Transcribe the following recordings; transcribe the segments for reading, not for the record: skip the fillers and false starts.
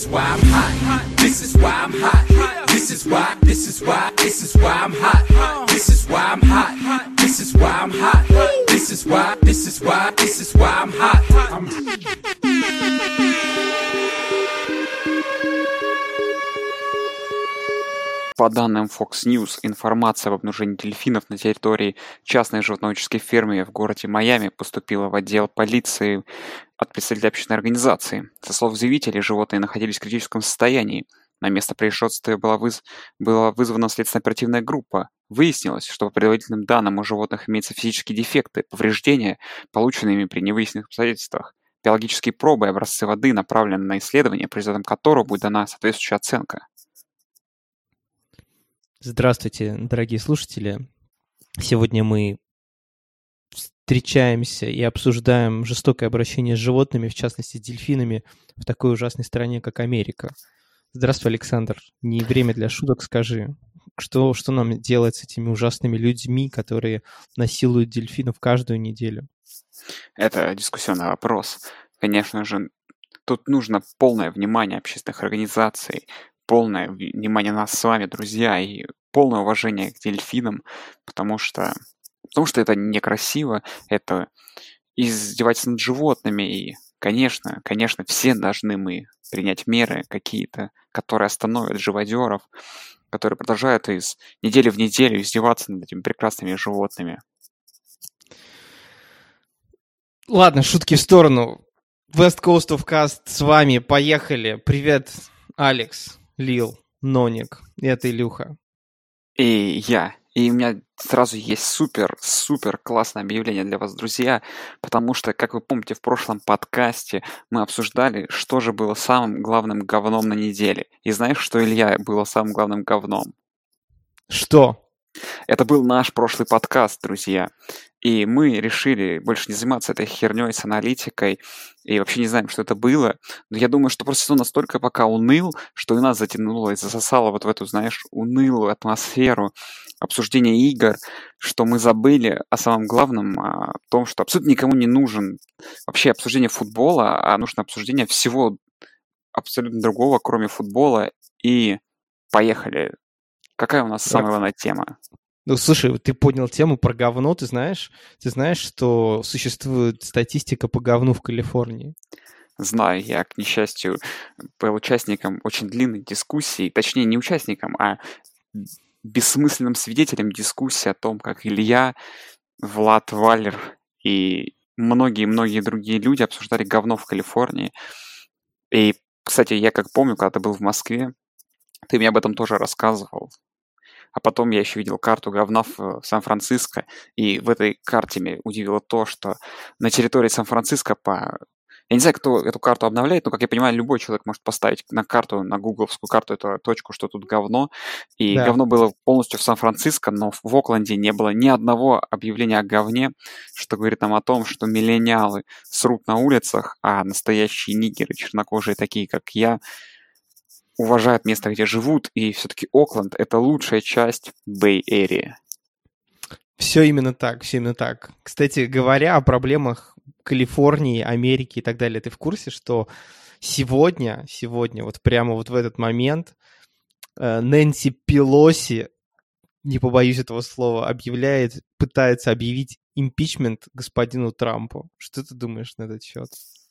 why I'm hot. This is why I'm hot. This is why I'm hot. This is why I'm hot. This is why I'm hot. This is why I'm hot. По данным Fox News, информация об обнаружении дельфинов на территории частной животноводческой фермы в городе Майами поступила в отдел полиции от представителей общественной организации. Со слов заявителей, животные находились в критическом состоянии. На место происшествия была вызвана следственно-оперативная группа. Выяснилось, что по предварительным данным у животных имеются физические дефекты, повреждения, полученные ими при невыясненных обстоятельствах. Биологические пробы и образцы воды направлены на исследование, по результатам которого будет дана соответствующая оценка. Здравствуйте, дорогие слушатели. Сегодня мы встречаемся и обсуждаем жестокое обращение с животными, в частности, с дельфинами, в такой ужасной стране, как Америка. Здравствуй, Александр. Не время для шуток, скажи. Что нам делать с этими ужасными людьми, которые насилуют дельфинов каждую неделю? Это дискуссионный вопрос. Конечно же, тут нужно полное внимание общественных организаций, полное внимание нас с вами, друзья, и полное уважение к дельфинам, потому что это некрасиво, это издевательство над животными, и, конечно, все должны мы принять меры какие-то, которые остановят живодеров, которые продолжают из недели в неделю издеваться над этими прекрасными животными. Ладно, шутки в сторону. West Coast of Cast с вами, поехали. Привет, Алекс, Лил, Ноник, это Илюха. И я. И у меня сразу есть супер классное объявление для вас, друзья, потому что, как вы помните, в прошлом подкасте мы обсуждали, что же было самым главным говном на неделе. И знаешь, что, Илья, было самым главным говном? Что? Это был наш прошлый подкаст, друзья. И мы решили больше не заниматься этой херней с аналитикой, и вообще не знаем, что это было. Но я думаю, что просто сезон настолько пока уныл, что и нас затянуло и засосало вот в эту, знаешь, унылую атмосферу обсуждения игр, что мы забыли о самом главном, о том, что абсолютно никому не нужен вообще обсуждение футбола, а нужно обсуждение всего абсолютно другого, кроме футбола. И поехали. Какая у нас самая главная тема? Ну, слушай, ты поднял тему про говно, ты знаешь, что существует статистика по говну в Калифорнии? Знаю, я, к несчастью, был участником очень длинной дискуссии, точнее, не участником, а бессмысленным свидетелем дискуссии о том, как Илья, Влад, Валер и многие другие люди обсуждали говно в Калифорнии. И, кстати, я как помню, когда ты был в Москве, ты мне об этом тоже рассказывал. А потом я еще видел карту говна в Сан-Франциско, и в этой карте меня удивило то, что на территории Сан-Франциско Я не знаю, кто эту карту обновляет, но, как я понимаю, любой человек может поставить на карту, на гугловскую карту эту точку, что тут говно. И Да. говно было полностью в Сан-Франциско, но в Окленде не было ни одного объявления о говне, что говорит нам о том, что миллениалы срут на улицах, а настоящие нигеры, чернокожие, такие как я, уважают место, где живут, и все-таки Окленд — это лучшая часть Бэй-Эрии. Все именно так. Кстати, говоря о проблемах Калифорнии, Америки и так далее, ты в курсе, что сегодня, вот прямо вот в этот момент Нэнси Пелоси, не побоюсь этого слова, пытается объявить импичмент господину Трампу. Что ты думаешь на этот счет?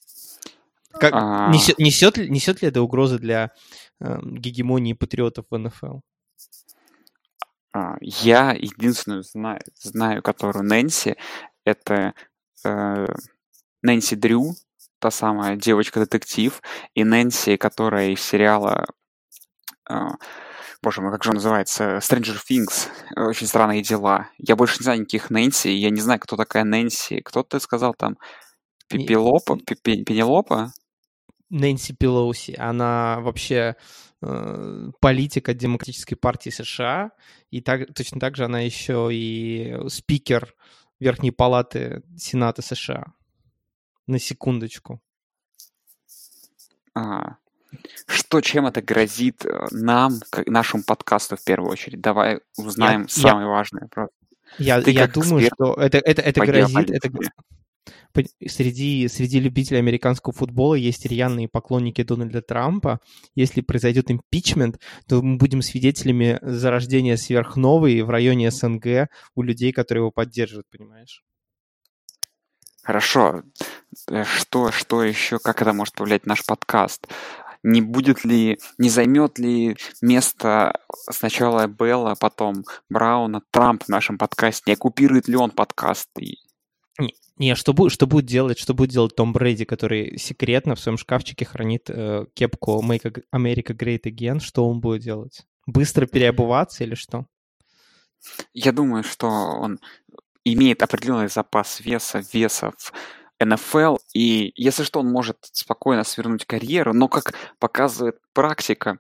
Несет ли это угрозы для гегемонии патриотов в НФЛ? Я единственную знаю, которую Нэнси, это Нэнси Дрю, та самая девочка-детектив, и Нэнси, которая из сериала, боже мой, как же он называется, Stranger Things, очень странные дела. Я больше не знаю никаких Нэнси, я не знаю, кто такая Нэнси. Кто ты сказал там? Пенелопа? Нэнси Пелоси, она вообще политик от Демократической партии США, и точно так же она еще и спикер Верхней палаты Сената США. На секундочку. Чем это грозит нам, нашему подкасту в первую очередь? Давай узнаем самый важный вопрос. Я думаю, что это грозит... Среди любителей американского футбола есть рьяные поклонники Дональда Трампа. Если произойдет импичмент, то мы будем свидетелями зарождения сверхновой в районе СНГ у людей, которые его поддерживают, понимаешь? Хорошо. Что еще, как это может повлиять на наш подкаст? Не займет ли место сначала Белла, потом Брауна Трамп в нашем подкасте? Не оккупирует ли он подкаст? Не, что будет делать Том Брэди, который секретно в своем шкафчике хранит кепку Make America Great Again? Что он будет делать? Быстро переобуваться или что? Я думаю, что он имеет определенный запас веса в НФЛ, и если что, он может спокойно свернуть карьеру, но, как показывает практика,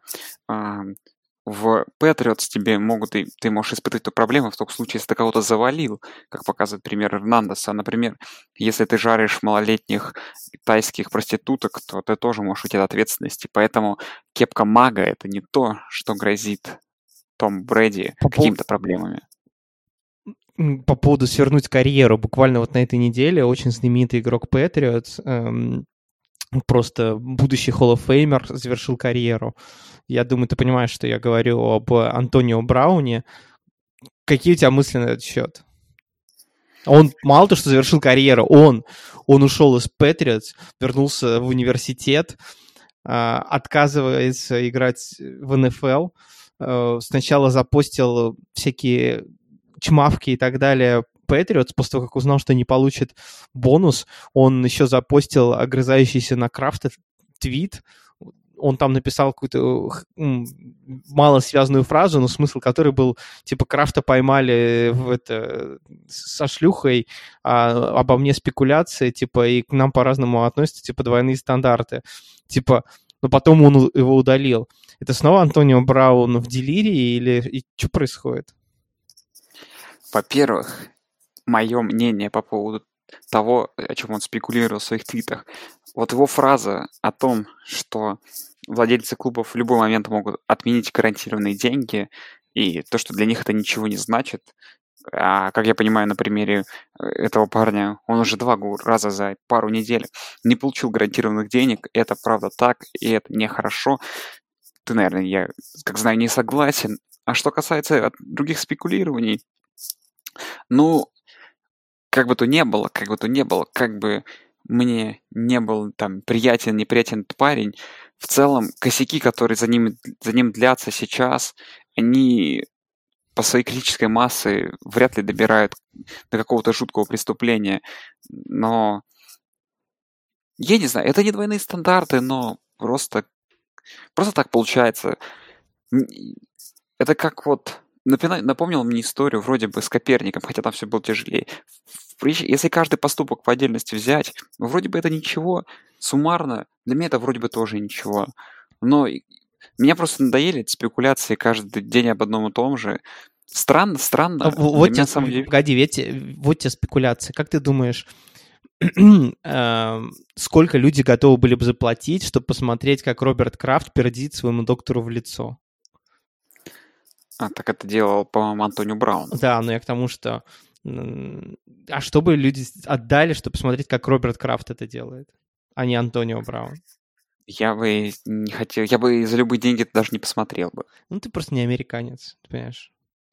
в Patriots ты можешь испытать эту проблему в том случае, если ты кого-то завалил, как показывает пример Эрнандеса. Например, если ты жаришь малолетних тайских проституток, то ты тоже можешь уйти от ответственности. Поэтому кепка мага — это не то, что грозит Том Брэди какими-то проблемами. По поводу свернуть карьеру. Буквально вот на этой неделе очень знаменитый игрок Patriots, просто будущий Hall of Famer, завершил карьеру. Я думаю, ты понимаешь, что я говорю об Антонио Брауне. Какие у тебя мысли на этот счет? Он мало то, что завершил карьеру, он ушел из Patriots, вернулся в университет, отказывается играть в НФЛ. Сначала запостил всякие чмавки и так далее Patriots, после того, как узнал, что не получит бонус, он еще запостил огрызающийся на Крафта твит. Он там написал какую-то мало связанную фразу, но смысл которой был, типа, Крафта поймали со шлюхой, обо мне спекуляции, типа, и к нам по-разному относятся, типа, двойные стандарты. Типа, но потом он его удалил. Это снова Антонио Браун в делирии или что происходит? Во-первых, мое мнение по поводу того, о чем он спекулировал в своих твитах. Вот его фраза о том, что владельцы клубов в любой момент могут отменить гарантированные деньги, и то, что для них это ничего не значит. А, как я понимаю, на примере этого парня, он уже 2 раза за пару недель не получил гарантированных денег. Это правда так, и это нехорошо. Ты, наверное, я, как знаю, не согласен. А что касается других спекулирований, ну, как бы то ни было, как бы мне не был там приятен, неприятен этот парень, в целом косяки, которые за ним длятся сейчас, они по своей критической массе вряд ли добирают до какого-то жуткого преступления. Но я не знаю, это не двойные стандарты, но просто так получается. Это как вот напомнил мне историю вроде бы с Коперником, хотя там все было тяжелее. Если каждый поступок по отдельности взять, вроде бы это ничего, суммарно, для меня это вроде бы тоже ничего. Но меня просто надоели эти спекуляции каждый день об одном и том же. Странно. Вот тебе спекуляции. Как ты думаешь, сколько люди готовы были бы заплатить, чтобы посмотреть, как Роберт Крафт пердит своему доктору в лицо? Так это делал, по-моему, Антонио Браун. Да, но я к тому, что... А что бы люди отдали, чтобы посмотреть, как Роберт Крафт это делает, а не Антонио Браун? Я бы не хотел... Я бы за любые деньги даже не посмотрел бы. Ну, ты просто не американец, ты понимаешь?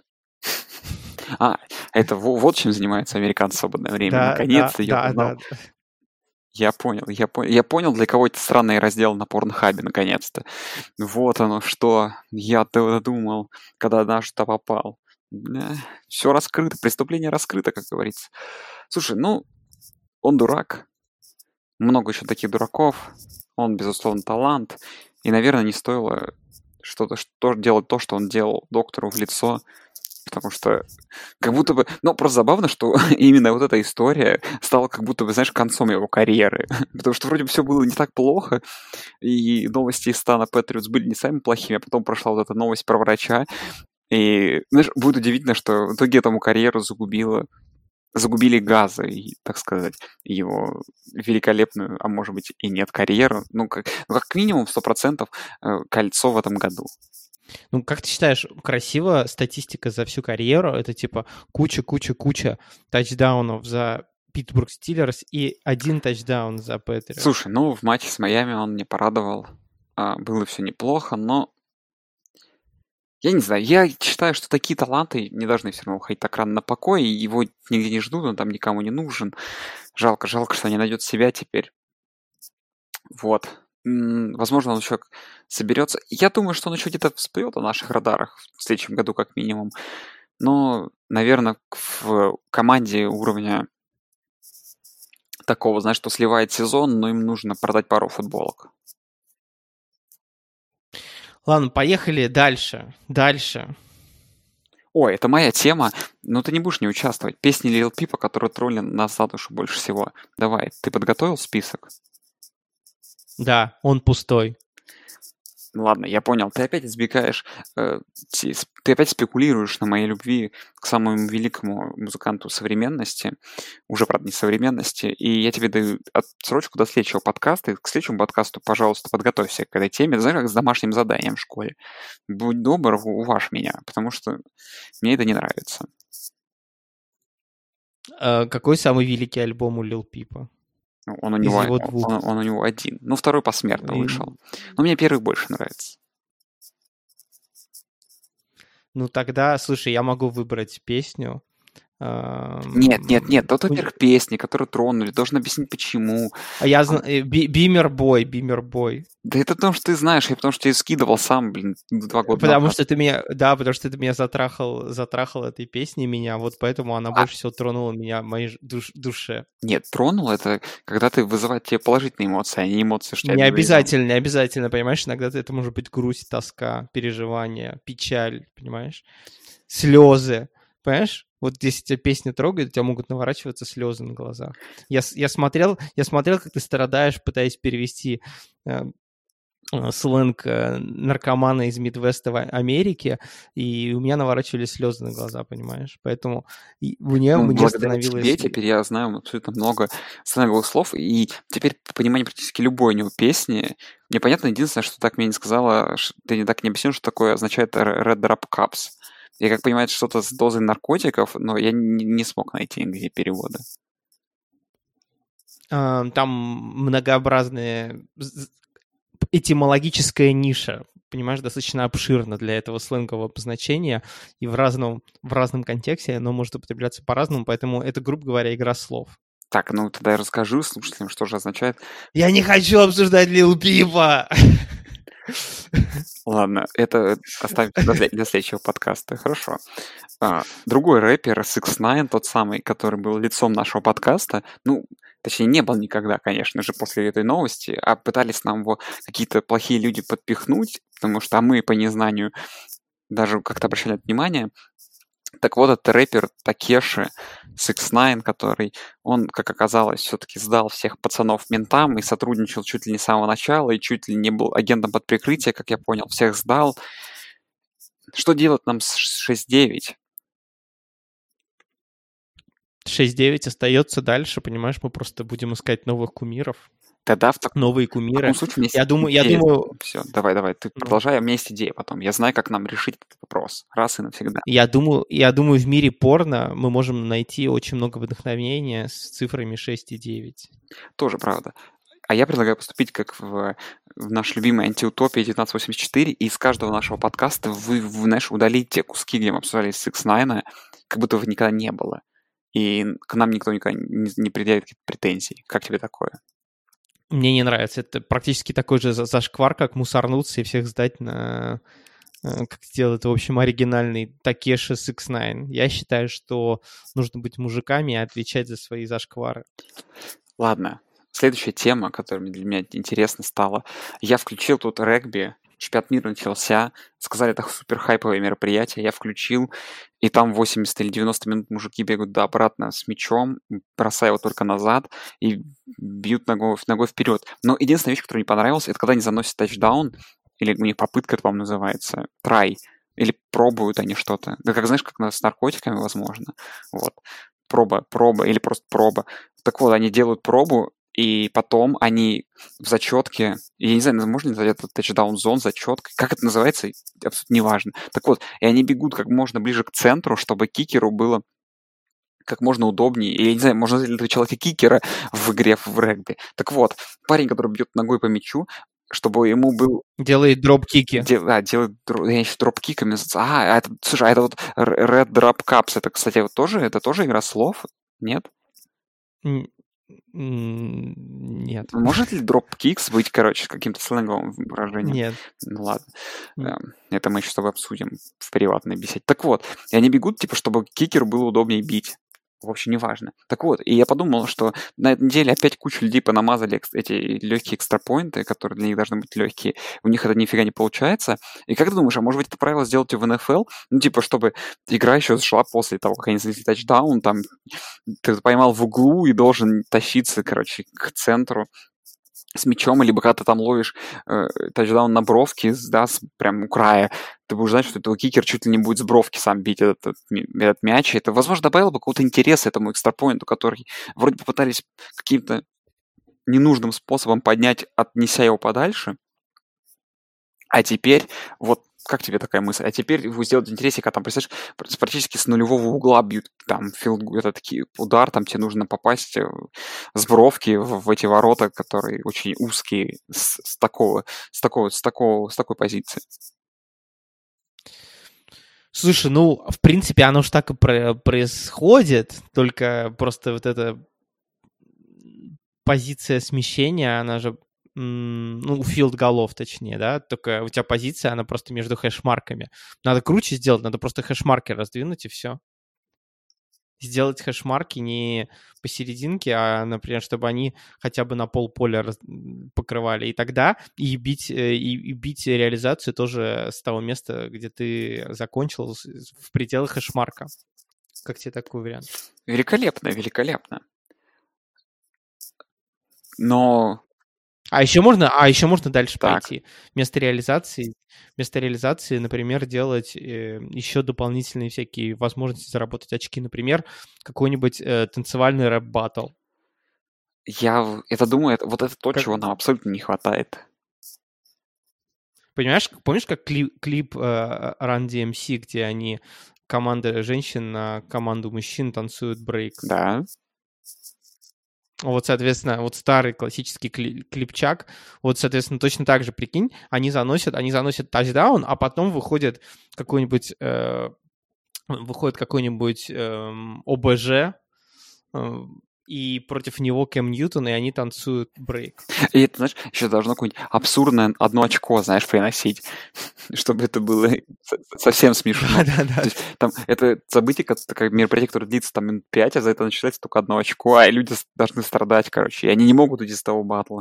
Это вот чем занимается американцы в свободное время. Да, наконец-то я узнал. Да. Я понял, для кого это странный раздел на Порнхабе, наконец-то. Вот оно что. Я-то думал, когда однажды туда попал. Все раскрыто, преступление раскрыто, как говорится. Слушай, он дурак. Много еще таких дураков. Он, безусловно, талант. И, наверное, не стоило делать то, что он делал доктору в лицо. Потому что как будто бы... просто забавно, что именно вот эта история стала как будто бы, знаешь, концом его карьеры. Потому что вроде бы все было не так плохо, и новости из стана Патриотс были не самыми плохими, а потом прошла вот эта новость про врача. И, знаешь, будет удивительно, что в итоге этому карьеру загубили газы, и, так сказать, его великолепную, а может быть и нет, карьеру. Как минимум 100% кольцо в этом году. Как ты считаешь, красиво статистика за всю карьеру? Это типа куча тачдаунов за Питтсбург Стиллерс и 1 тачдаун за Патриотс. Слушай, ну, в матче с Майами он не порадовал. Было все неплохо, но я не знаю, я считаю, что такие таланты не должны все равно уходить так рано на покой, и его нигде не ждут, он там никому не нужен. Жалко, что не найдет себя теперь. Вот. Возможно, он еще соберется. Я думаю, что он еще где-то всплывет на наших радарах в следующем году, как минимум. Но, наверное, в команде уровня такого, знаешь, что сливает сезон, но им нужно продать пару футболок. Ладно, поехали дальше. Дальше. Ой, это моя тема, но ты не будешь не участвовать. Песни Lil Peep, которые тролли нас за душу больше всего. Давай, ты подготовил список? Да, он пустой. Ладно, я понял. Ты опять избегаешь, ты опять спекулируешь на моей любви к самому великому музыканту современности, уже, правда, не современности, и я тебе даю отсрочку до следующего подкаста, и к следующему подкасту, пожалуйста, подготовься к этой теме, знаешь, как с домашним заданием в школе. Будь добр, уважь меня, потому что мне это не нравится. Какой самый великий альбом у Lil Peep? Он у Из него, его двух. он у него один. Ну, второй посмертно вышел. Но мне первый больше нравится. Ну, тогда, слушай, я могу выбрать песню. Нет. Тот, во-первых, песни, которые тронули. Должен объяснить, почему. А я знаю. Бимер Бой. Да это потому, что ты знаешь, я потому что я скидывал сам, 2 года Потому назад. что ты меня затрахал этой песней меня, вот поэтому она больше всего тронула меня в моей душе. Нет, тронул это, когда ты вызывает тебе положительные эмоции, а не эмоции, что Не обязательно, понимаешь? Иногда это может быть грусть, тоска, переживание, печаль, понимаешь? Слезы, понимаешь? Вот если тебя песня трогает, у тебя могут наворачиваться слезы на глазах. Я смотрел, как ты страдаешь, пытаясь перевести сленг наркомана из Мидвеста в Америке, и у меня наворачивались слезы на глаза, понимаешь? Поэтому мне становилось... Тебе теперь я знаю абсолютно много сленговых слов, и теперь понимание практически любой у него песни. Мне понятно, единственное, что так мне не сказала, ты так не объяснил, что такое означает Red Drop Cups. Я как понимаю, это что-то с дозой наркотиков, но я не смог найти нигде перевода. Там многообразные... Этимологическая ниша, понимаешь, достаточно обширна для этого сленгового обозначения, и в разном контексте оно может употребляться по-разному, поэтому это, грубо говоря, игра слов. Так, ну тогда я расскажу слушателям, что же означает. Я не хочу обсуждать Lil Peep! Ладно, это оставим для следующего подкаста, хорошо. Другой рэпер, 6ix9ine, тот самый, который был лицом нашего подкаста, ну, точнее, не был никогда, конечно же, после этой новости, а пытались нам его какие-то плохие люди подпихнуть, потому что мы по незнанию даже как-то обращали внимание. Так вот, это рэпер Такеши 6ix9ine, который, он, как оказалось, все-таки сдал всех пацанов ментам и сотрудничал чуть ли не с самого начала, и чуть ли не был агентом под прикрытием, как я понял, всех сдал. Что делать нам с 6-9? 6-9 остается дальше, понимаешь, мы просто будем искать новых кумиров. Тогда новые кумиры. Случае, я думаю... Все, давай, ты продолжай, у меня есть идея потом. Я знаю, как нам решить этот вопрос раз и навсегда. Я думаю, в мире порно мы можем найти очень много вдохновения с цифрами 6 и 9. Тоже правда. А я предлагаю поступить как в наш любимый антиутопия 1984, и из каждого нашего подкаста вы знаешь, удалить те куски, где мы обсуждали 6ix9ine, как будто их никогда не было. И к нам никто никогда не предъявит какие-то претензий. Как тебе такое? Мне не нравится. Это практически такой же зашквар, как мусорнуться и всех сдать на... Как сделать, в общем, оригинальный Такеши 6ix9ine. Я считаю, что нужно быть мужиками и отвечать за свои зашквары. Ладно. Следующая тема, которая для меня интересна стала. Я включил тут регби. Чемпионат мира начался. Сказали, это супер хайповое мероприятие. Я включил, и там 80 или 90 минут мужики бегают обратно с мячом, бросая его только назад и бьют ногой вперед. Но единственная вещь, которая мне понравилась, это когда они заносят тачдаун, или у них попытка, это, по-моему, называется, трай, или пробуют они что-то. Да, как знаешь, как с наркотиками, возможно. Вот. Проба, или просто проба. Так вот, они делают пробу, и потом они в зачетке, я не знаю, можно назвать это тачдаун-зон, зачеткой, как это называется, абсолютно неважно. Так вот, и они бегут как можно ближе к центру, чтобы кикеру было как можно удобнее. И я не знаю, можно ли этого человека-кикера в игре в регби. Так вот, парень, который бьет ногой по мячу, чтобы ему был... Делает дроп-кики. делает, я еще дроп-киками... слушай, это вот Red Drop Cups, это, кстати, вот тоже, это тоже игра слов? Нет? Нет. Может ли дроп-кикс быть, короче, каким-то сленговым выражением? Нет. Ну ладно. Это мы еще с тобой обсудим в приватной беседе. Так вот, и они бегут, типа, чтобы кикеру было удобнее бить. В общем, неважно. Так вот, и я подумал, что на этой неделе опять кучу людей понамазали эти легкие экстрапоинты, которые для них должны быть легкие. У них это нифига не получается. И как ты думаешь, а может быть это правило сделать и в НФЛ? Ну, типа, чтобы игра еще шла после того, как они занесли тачдаун, там ты поймал в углу и должен тащиться, короче, к центру с мячом, либо когда ты там ловишь тачдаун на бровке, да, прям у края, ты будешь знать, что этого кикер чуть ли не будет с бровки сам бить этот мяч. И это, возможно, добавило бы какого-то интереса этому экстрапоинту, который вроде попытались каким-то ненужным способом поднять, отнеся его подальше. А теперь, вот как тебе такая мысль? А теперь его сделать интереснее, когда там, представляешь, практически с нулевого угла бьют там этот удар, там тебе нужно попасть с бровки в эти ворота, которые очень узкие, с такой позиции. Слушай, ну, в принципе, оно же так и происходит, только просто вот эта позиция смещения, она же, ну, у филд-голов, точнее, да, только у тебя позиция, она просто между хэшмарками. Надо круче сделать, надо просто хэшмарки раздвинуть, и все. Сделать хэшмарки не посерединке, а, например, чтобы они хотя бы на полполя покрывали. И тогда и бить реализацию тоже с того места, где ты закончил, в пределах хэшмарка. Как тебе такой вариант? Великолепно, великолепно. Но... А еще можно дальше Так. пойти. Вместо реализации, например, делать еще дополнительные всякие возможности заработать очки. Например, какой-нибудь танцевальный рэп-баттл. Я это думаю, вот это то, чего нам абсолютно не хватает. Понимаешь, помнишь, как клип Run DMC, где они, команда женщин на команду мужчин танцуют брейк? Да. Вот, соответственно, вот старый классический клипчак, вот, соответственно, точно так же, прикинь, они заносят тачдаун, а потом выходит какой-нибудь ОБЖ, и против него Кэм Ньютон, и они танцуют брейк. И это, знаешь, еще должно какое-нибудь абсурдное 1 очко, знаешь, приносить, чтобы это было совсем смешно. Да. То есть, там, это событие, такое мероприятие, которое длится там минут 5, а за это начинается только 1 очко, а люди должны страдать, короче, и они не могут уйти с того батла.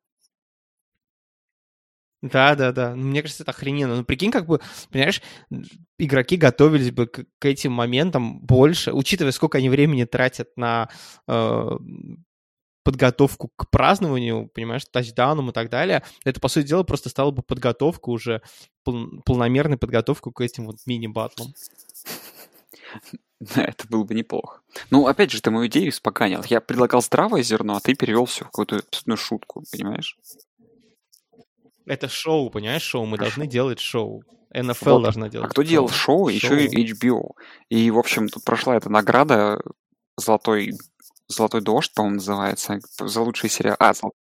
Да. Мне кажется, это охрененно. Ну, прикинь, как бы, понимаешь, игроки готовились бы к этим моментам больше, учитывая, сколько они времени тратят на подготовку к празднованию, понимаешь, тачдауном и так далее. Это, по сути дела, просто стало бы подготовку уже, полномерной подготовку к этим вот мини-батлам. Это было бы неплохо. Ну, опять же, ты мою идею испоганил. Я предлагал здравое зерно, а ты перевел все в какую-то абсолютную шутку, понимаешь? Это шоу, понимаешь, шоу. Мы должны делать шоу. НФЛ должна делать. А кто делал шоу? Еще и HBO. И, в общем, тут прошла эта награда «Золотой дождь», по-моему, называется, за лучший сериал.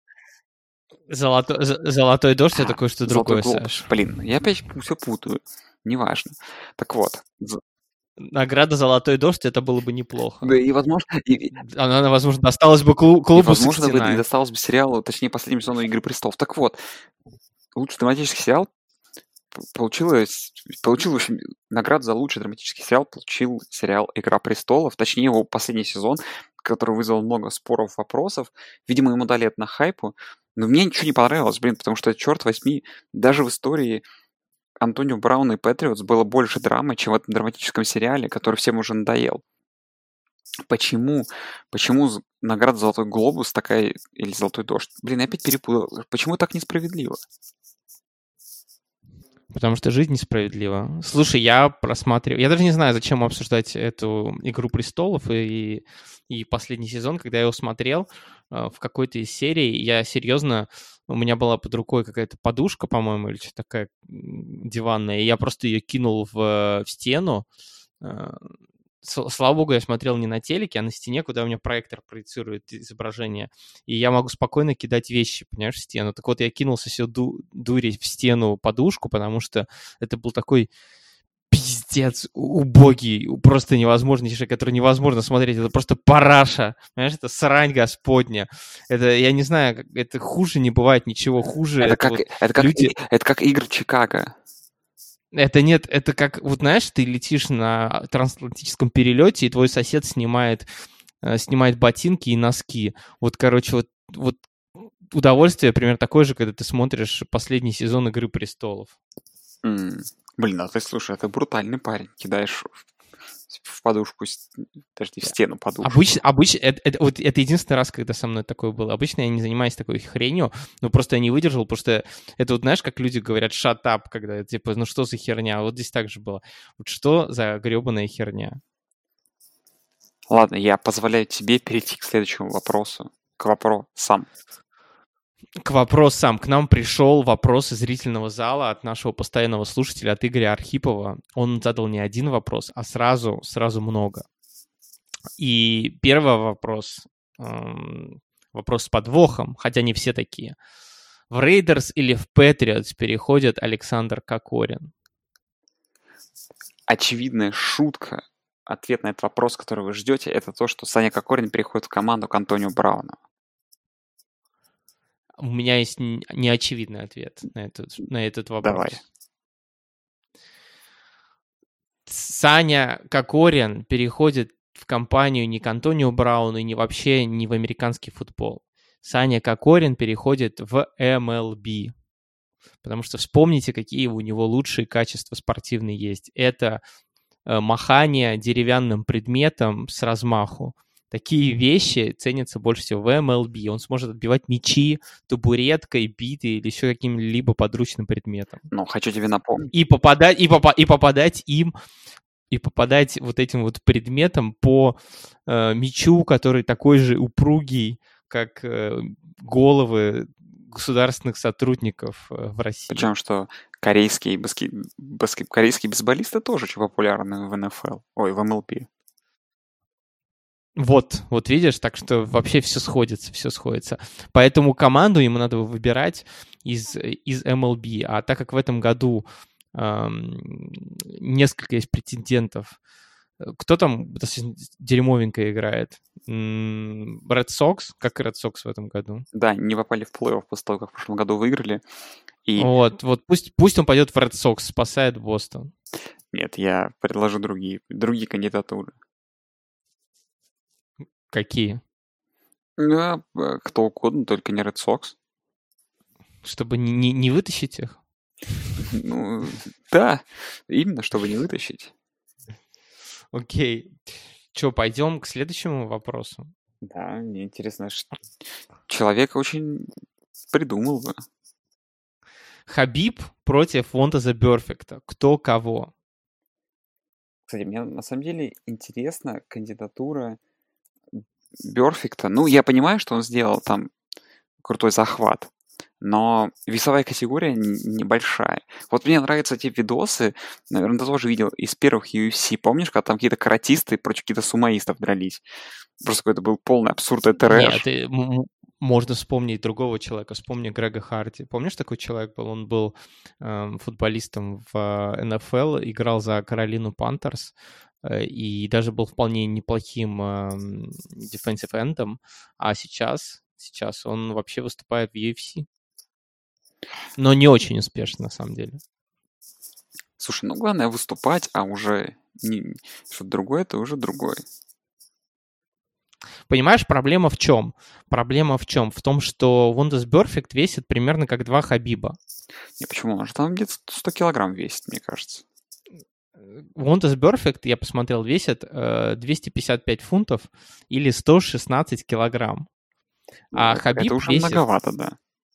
«Золотой дождь» — это кое-что другое, Саш. Блин, я опять все путаю. Неважно. Так вот. Награда «Золотой дождь» — это было бы неплохо. Да, и, возможно... Она, возможно, досталась бы клубу возможно, 69. И досталась бы сериалу, точнее, последнему сезону «Игры престолов». Так вот, лучший драматический сериал получил, в общем, награду за лучший драматический сериал получил сериал «Игра престолов», точнее, его последний сезон, который вызвал много споров, вопросов. Видимо, ему дали это на хайпу. Но мне ничего не понравилось, потому что, черт возьми, даже в истории Антонио Брауна и Патриотс было больше драмы, чем в этом драматическом сериале, который всем уже надоел. Почему награда «Золотой глобус» такая, или «Золотой дождь»? Блин, я опять перепутал. Почему так несправедливо? Потому что жизнь несправедлива. Слушай, я просматриваю... Я даже не знаю, зачем обсуждать эту «Игру престолов» и последний сезон. Когда я его смотрел в какой-то из серий, я серьезно... У меня была под рукой какая-то подушка, по-моему, или что-то такая диванная, и я просто ее кинул в стену, слава богу, я смотрел не на телеке, а на стене, куда у меня проектор проецирует изображение. И я могу спокойно кидать вещи, понимаешь, в стену. Так вот, я кинулся все дурить в стену подушку, потому что это был такой пиздец убогий, просто невозможнейший, который невозможно смотреть. Это просто параша, понимаешь, это срань господня. Это, я не знаю, это хуже не бывает ничего хуже. Это как игры Чикаго. Это нет, это как, вот знаешь, ты летишь на трансатлантическом перелете, и твой сосед снимает ботинки и носки. Вот, короче, вот удовольствие примерно такое же, когда ты смотришь последний сезон «Игры престолов». Блин, а ты, слушай, это брутальный парень. Кидаешь в подушку, подожди, в стену подушку. Обычно это единственный раз, когда со мной такое было. Обычно я не занимаюсь такой хренью, но просто я не выдержал, потому что это вот, знаешь, как люди говорят «shut up», когда типа, ну что за херня? Вот здесь так же было. Вот что за гребаная херня? Ладно, я позволяю тебе перейти к следующему вопросу. К вопросам. К вопросам. К нам пришел вопрос из зрительного зала от нашего постоянного слушателя, от Игоря Архипова. Он задал не один вопрос, а сразу много. И первый вопрос с подвохом, хотя не все такие. В Рейдерс или в Патриотс переходит Александр Кокорин? Очевидная шутка. Ответ на этот вопрос, который вы ждете, это то, что Саня Кокорин переходит в команду к Антонио Брауну. У меня есть неочевидный ответ на этот вопрос. Давай. Саня Кокорин переходит в компанию не к Антонио Брауну и вообще не в американский футбол. Саня Кокорин переходит в MLB. Потому что вспомните, какие у него лучшие качества спортивные есть. Это махание деревянным предметом с размаху. Такие вещи ценятся больше всего в MLB. Он сможет отбивать мячи табуреткой, битой или еще каким-либо подручным предметом. Ну, хочу тебе напомнить. И попадать вот этим вот предметом по мячу, который такой же упругий, как головы государственных сотрудников в России. Причем, что корейские бейсболисты тоже очень популярны в НФЛ. Ой, в МЛБ. Вот видишь, так что вообще все сходится. Поэтому команду ему надо выбирать из MLB. А так как в этом году несколько есть претендентов, кто там дерьмовенько играет? Red Sox? Как Red Sox в этом году? Да, не попали в плей-офф после того, как в прошлом году выиграли. И... Вот пусть он пойдет в Red Sox, спасает Бостон. Нет, я предложу другие кандидатуры. Какие? Да, кто угодно, только не Red Sox. Чтобы не вытащить их? Ну, да, именно, чтобы не вытащить. Окей. Что, пойдем к следующему вопросу? Да, мне интересно, человек очень придумал бы. Хабиб против Вонта зе Перфекта. Кто кого? Кстати, мне на самом деле интересна кандидатура Перфекта. Ну, я понимаю, что он сделал там крутой захват, но весовая категория небольшая. Вот мне нравятся те видосы, наверное, ты тоже видел, из первых UFC. Помнишь, когда там какие-то каратисты против каких-то сумоистов дрались? Просто какой-то был полный абсурд и трэш. Нет, можно вспомнить другого человека. Вспомни Грега Харди. Помнишь, такой человек был? Он был футболистом в НФЛ, играл за Каролину Пантерс и даже был вполне неплохим defensive эндом. А сейчас он вообще выступает в UFC. Но не очень успешно, на самом деле. Слушай, ну главное выступать, а уже что-то другое, это уже другое. Понимаешь, проблема в чем? В том, что Вонта зе Перфект весит примерно как 2 Хабиба. Не, почему? Он же там где-то 100 килограмм весит, мне кажется. Вонта зе Перфект, я посмотрел, весит 255 фунтов или 116 килограмм. А Хабиб это уже весит... многовато, да.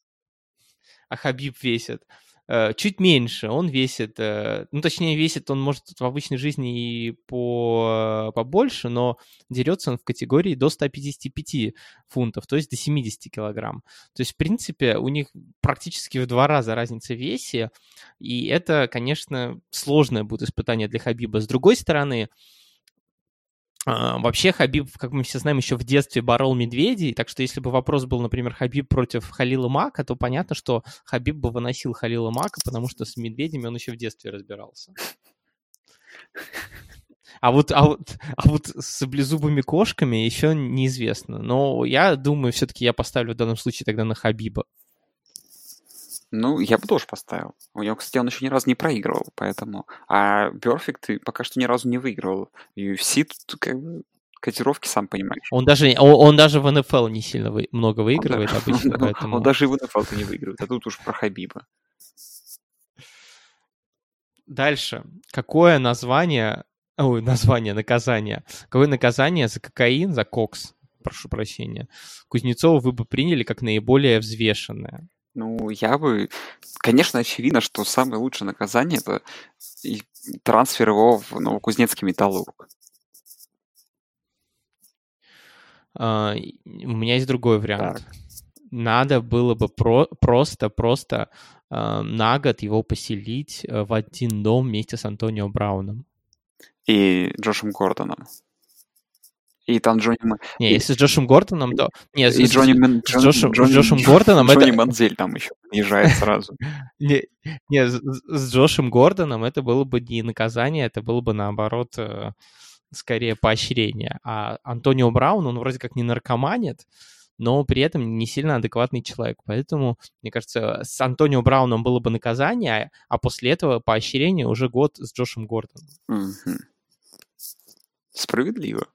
А Хабиб весит чуть меньше. Он весит... весит он, может, в обычной жизни и побольше, но дерется он в категории до 155 фунтов, то есть до 70 килограмм. То есть, в принципе, у них практически в 2 раза разница в весе, и это, конечно, сложное будет испытание для Хабиба. С другой стороны, Вообще Хабиб, как мы все знаем, еще в детстве борол медведей, так что если бы вопрос был, например, Хабиб против Халила Мака, то понятно, что Хабиб бы выносил Халила Мака, потому что с медведями он еще в детстве разбирался. А вот с саблезубыми кошками еще неизвестно. Но я думаю, все-таки я поставлю в данном случае тогда на Хабиба. Ну, я бы тоже поставил. У него, кстати, он еще ни разу не проигрывал, поэтому... А Perfect пока что ни разу не выигрывал. UFC тут как бы котировки, сам понимаешь. Он даже в НФЛ не сильно много выигрывает обычно, Он поэтому... даже и в НФЛ не выигрывает, а тут уж про Хабиба. Дальше. Какое наказание? Какое наказание за кокаин, за кокс, прошу прощения, Кузнецова вы бы приняли как наиболее взвешенное? Ну, я бы... Конечно, очевидно, что самое лучшее наказание — это трансфер его в Новокузнецкий «Металлург». У меня есть другой вариант. Так. Надо было бы просто на год его поселить в один дом вместе с Антонио Брауном. И Джошем Гордоном. И там Джонни... Не, если с Джошем Гордоном, то... Не, И с Джошем Гордоном Джонни это... Манзель там еще приезжает сразу. Не, с Джошем Гордоном это было бы не наказание, это было бы, наоборот, скорее поощрение. А Антонио Браун, он вроде как не наркоманит, но при этом не сильно адекватный человек. Поэтому, мне кажется, с Антонио Брауном было бы наказание, а после этого поощрение уже год с Джошем Гордоном. Угу. Справедливо.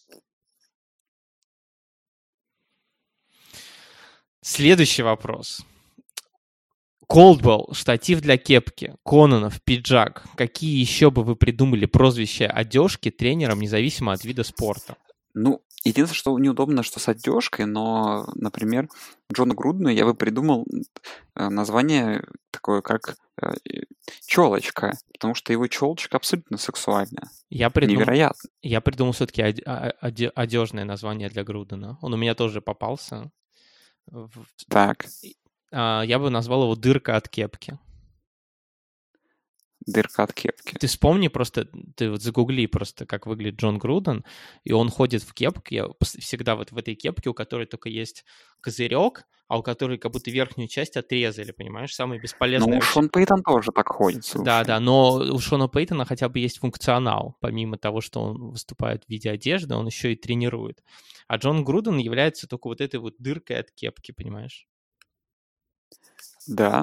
Следующий вопрос. Колдбелл, штатив для кепки, Кононов, пиджак. Какие еще бы вы придумали прозвища одежки тренерам, независимо от вида спорта? Ну, единственное, что неудобно, что с одежкой, но, например, Джону Грудену я бы придумал название такое, как «Челочка», потому что его челочка абсолютно сексуальная. Невероятно. Я придумал все-таки одежное название для Грудена. Он у меня тоже попался. Так. Я бы назвал его «Дырка от кепки». Дырка от кепки. Ты вспомни просто, ты вот загугли просто, как выглядит Джон Груден, и он ходит в кепке, всегда вот в этой кепке, у которой только есть козырек, а у которой как будто верхнюю часть отрезали, понимаешь? Самое бесполезное. Ну, Шон Пейтон тоже так ходит. Слушай. Да, но у Шона Пейтона хотя бы есть функционал. Помимо того, что он выступает в виде одежды, он еще и тренирует. А Джон Груден является только вот этой вот дыркой от кепки, понимаешь? Да.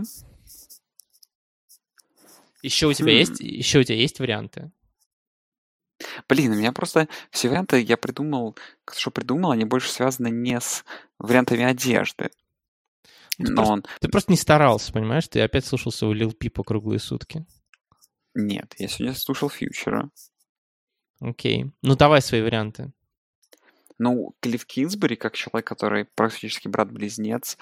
Еще у тебя есть варианты? Блин, у меня просто все варианты я придумал, они больше связаны не с вариантами одежды. Ты просто не старался, понимаешь? Ты опять слушал своего Lil Peep круглые сутки. Нет, я сегодня слушал Фьючера. Окей. Ну, давай свои варианты. Ну, Клифф Кинсбери, как человек, который практически брат-близнец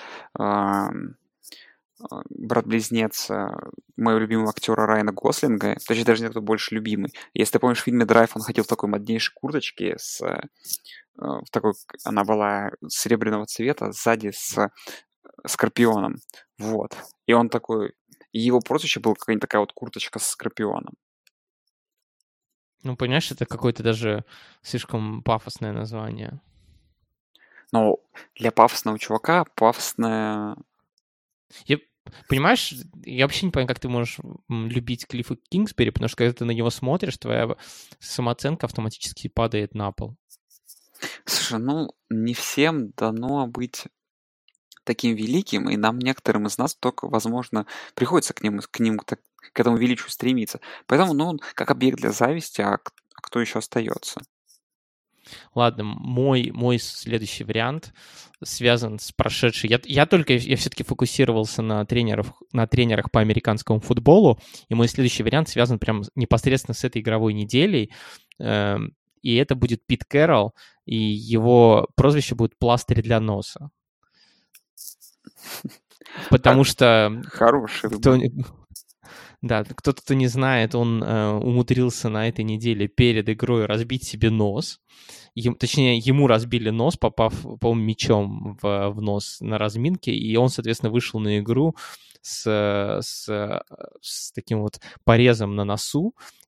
моего любимого актера Райана Гослинга, точнее, даже не кто больше любимый. Если ты помнишь, в фильме «Драйв» он ходил в такой моднейшей курточке, в такой, она была серебряного цвета, сзади с скорпионом. Вот. И он такой... И его прозвище была какая-нибудь такая вот курточка с скорпионом. Ну, понимаешь, это какое-то даже слишком пафосное название. Но для пафосного чувака пафосное... Понимаешь, я вообще не понимаю, как ты можешь любить Клиффа Кингсбери, потому что когда ты на него смотришь, твоя самооценка автоматически падает на пол. Слушай, ну, не всем дано быть таким великим, и нам, некоторым из нас, только, возможно, приходится к этому величию стремиться. Поэтому, ну, он как объект для зависти, а кто еще остается? Ладно, мой следующий вариант связан с прошедшей. Я все-таки фокусировался на тренерах по американскому футболу, и мой следующий вариант связан прям непосредственно с этой игровой неделей. И это будет Пит Кэрролл, и его прозвище будет «Пластырь для носа». Потому что... Хороший выбор. Да, кто-то, кто не знает, он умудрился на этой неделе перед игрой разбить себе нос. Точнее, ему разбили нос, попав, по-моему, мячом в нос на разминке, и он, соответственно, вышел на игру с таким вот порезом на носу, и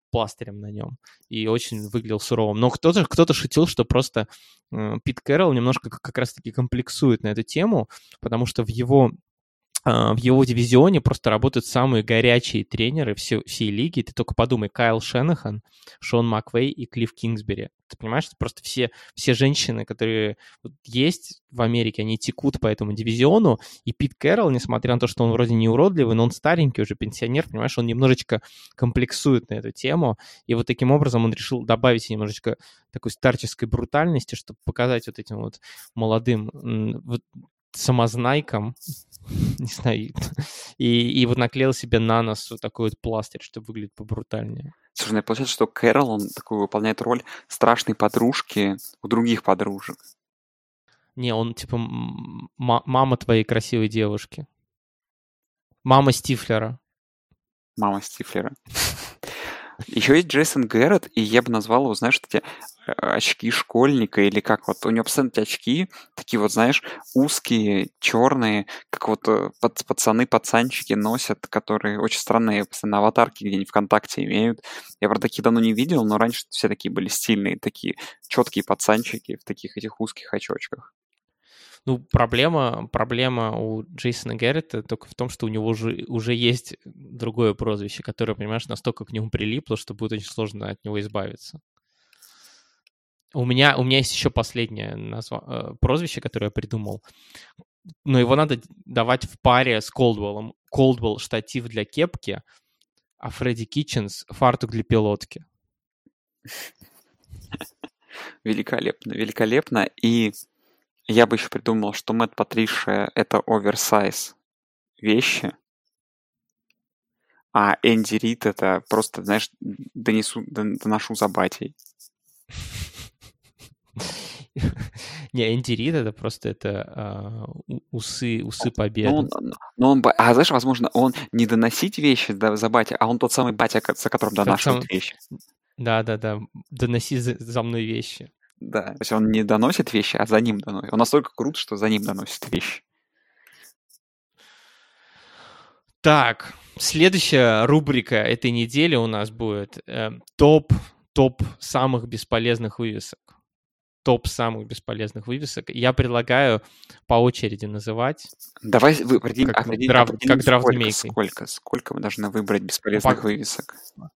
пластырем на нем. И очень выглядел суровым. Но кто-то шутил, что просто Пит Кэрролл немножко как раз-таки комплексует на эту тему, потому что в его дивизионе просто работают самые горячие тренеры всей лиги. Ты только подумай, Кайл Шенахан, Шон Маквей и Клифф Кингсбери. Ты понимаешь, что просто все женщины, которые есть в Америке, они текут по этому дивизиону, и Пит Кэрролл, несмотря на то, что он вроде не уродливый, но он старенький уже, пенсионер, понимаешь, он немножечко комплексует на эту тему, и вот таким образом он решил добавить немножечко такой старческой брутальности, чтобы показать вот этим вот молодым самознайкам, не знаю, и вот наклеил себе на нос вот такой вот пластырь, чтобы выглядеть побрутальнее. Слушай, ну, получается, что Кэрол, он такую выполняет роль страшной подружки у других подружек. Не, он типа мама твоей красивой девушки. Мама Стифлера. Мама Стифлера. Еще есть Джейсон Гэрретт, и я бы назвал его, знаешь, эти очки школьника, или как вот, у него постоянно эти очки, такие вот, знаешь, узкие, черные, как вот пацанчики носят, которые очень странные, постоянно аватарки где-нибудь ВКонтакте имеют. Я, правда, такие давно не видел, но раньше все такие были стильные, такие четкие пацанчики в таких этих узких очочках. Ну, проблема у Джейсона Гэрретта только в том, что у него уже есть другое прозвище, которое, понимаешь, настолько к нему прилипло, что будет очень сложно от него избавиться. У меня есть еще последнее прозвище, которое я придумал, но его надо давать в паре с Колдвеллом. Колдвелл — штатив для кепки, а Фредди Китченс — фартук для пилотки. Великолепно, великолепно. И я бы еще придумал, что Мэтт Патришия — это оверсайз вещи, а Энди Рид — это просто, знаешь, доношу за батей. Не, Энди Рид — это просто усы победы. Знаешь, возможно, он не доносить вещи за батя, а он тот самый батя, за которым донашивают вещи. Да, доноси за мной вещи. Да, то есть он не доносит вещи, а за ним доносит. Он настолько крут, что за ним доносит вещи. Так, следующая рубрика этой недели у нас будет топ самых бесполезных вывесок. Топ самых бесполезных вывесок. Я предлагаю по очереди называть. Давай определим, как драфт-змейкой. Сколько мы должны выбрать бесполезных вывесок?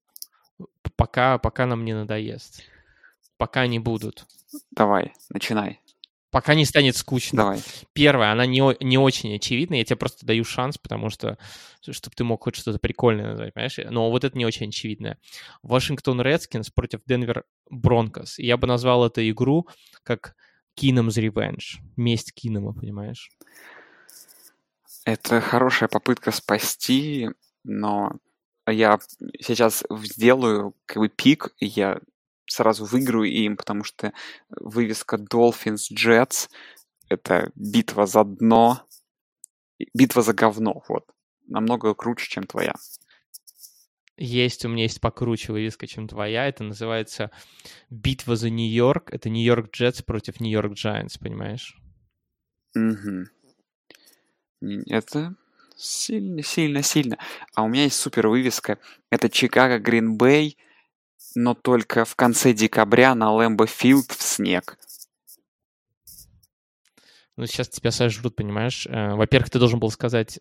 Пока нам не надоест. Пока не будут. Давай, начинай. Пока не станет скучно. Давай. Первая, она не очень очевидна. Я тебе просто даю шанс, потому что, чтобы ты мог хоть что-то прикольное назвать, понимаешь? Но вот это не очень очевидное. Вашингтон Редскинс против Денвер Бронкос. Я бы назвал эту игру как Кином's Revenge. Месть Кинома, понимаешь? Это хорошая попытка спасти, но я сейчас сделаю как бы пик, и я сразу выиграю им, потому что вывеска Dolphins Jets — это битва за дно, битва за говно, вот. Намного круче, чем твоя. У меня есть покруче вывеска, чем твоя. Это называется битва за Нью-Йорк. Это Нью-Йорк Джетс против Нью-Йорк Giants, понимаешь? Угу. Это сильно. А у меня есть супер вывеска. Это Чикаго Грин Бэй, но только в конце декабря на Лэмбо Филд в снег. Ну, сейчас тебя сожрут, понимаешь? Во-первых, ты должен был сказать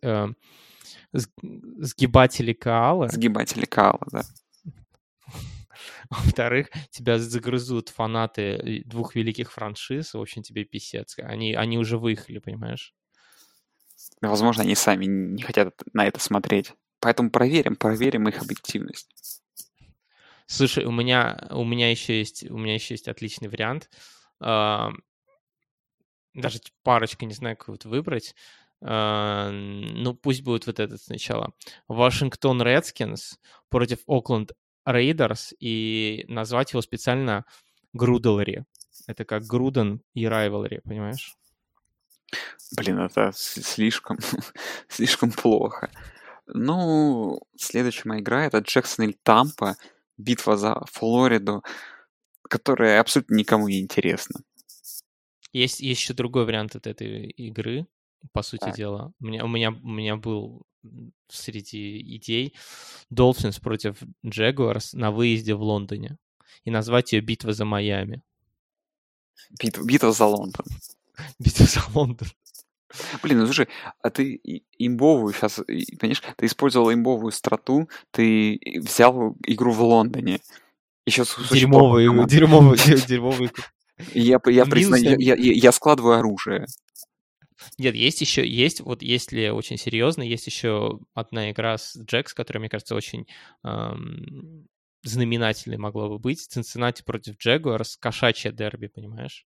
сгибатели Каала. Сгибатели Каала, да. Во-вторых, тебя загрызут фанаты двух великих франшиз. В общем, тебе писец. Они уже выехали, понимаешь? Возможно, они сами не хотят на это смотреть. Поэтому проверим их объективность. Слушай, у меня еще есть отличный вариант. Даже парочка, не знаю, какую-то выбрать. Ну, пусть будет вот этот сначала. Вашингтон Редскинс против Окленд Рейдерс, и назвать его специально Груделри. Это как Груден и Райвелри, понимаешь? Блин, это слишком плохо. Ну, следующая моя игра — это Джексонвилл Тампа, битва за Флориду, которая абсолютно никому не интересна. Есть еще другой вариант от этой игры. по сути Так. дела. У меня был среди идей Dolphins против Jaguars на выезде в Лондоне и назвать ее «Битва за Майами». Битва за Лондон. Битва за Лондон. Блин, ну слушай, а ты имбовую сейчас, понимаешь, ты использовал имбовую страту, ты взял игру в Лондоне. Еще с очень плохой командой. Дерьмовый. И я признаю, Минус, я складываю оружие. Нет, вот если очень серьезно, есть еще одна игра с Джекс, которая, мне кажется, очень знаменательной могла бы быть. Цинциннати против Джегуарс, кошачье дерби, понимаешь?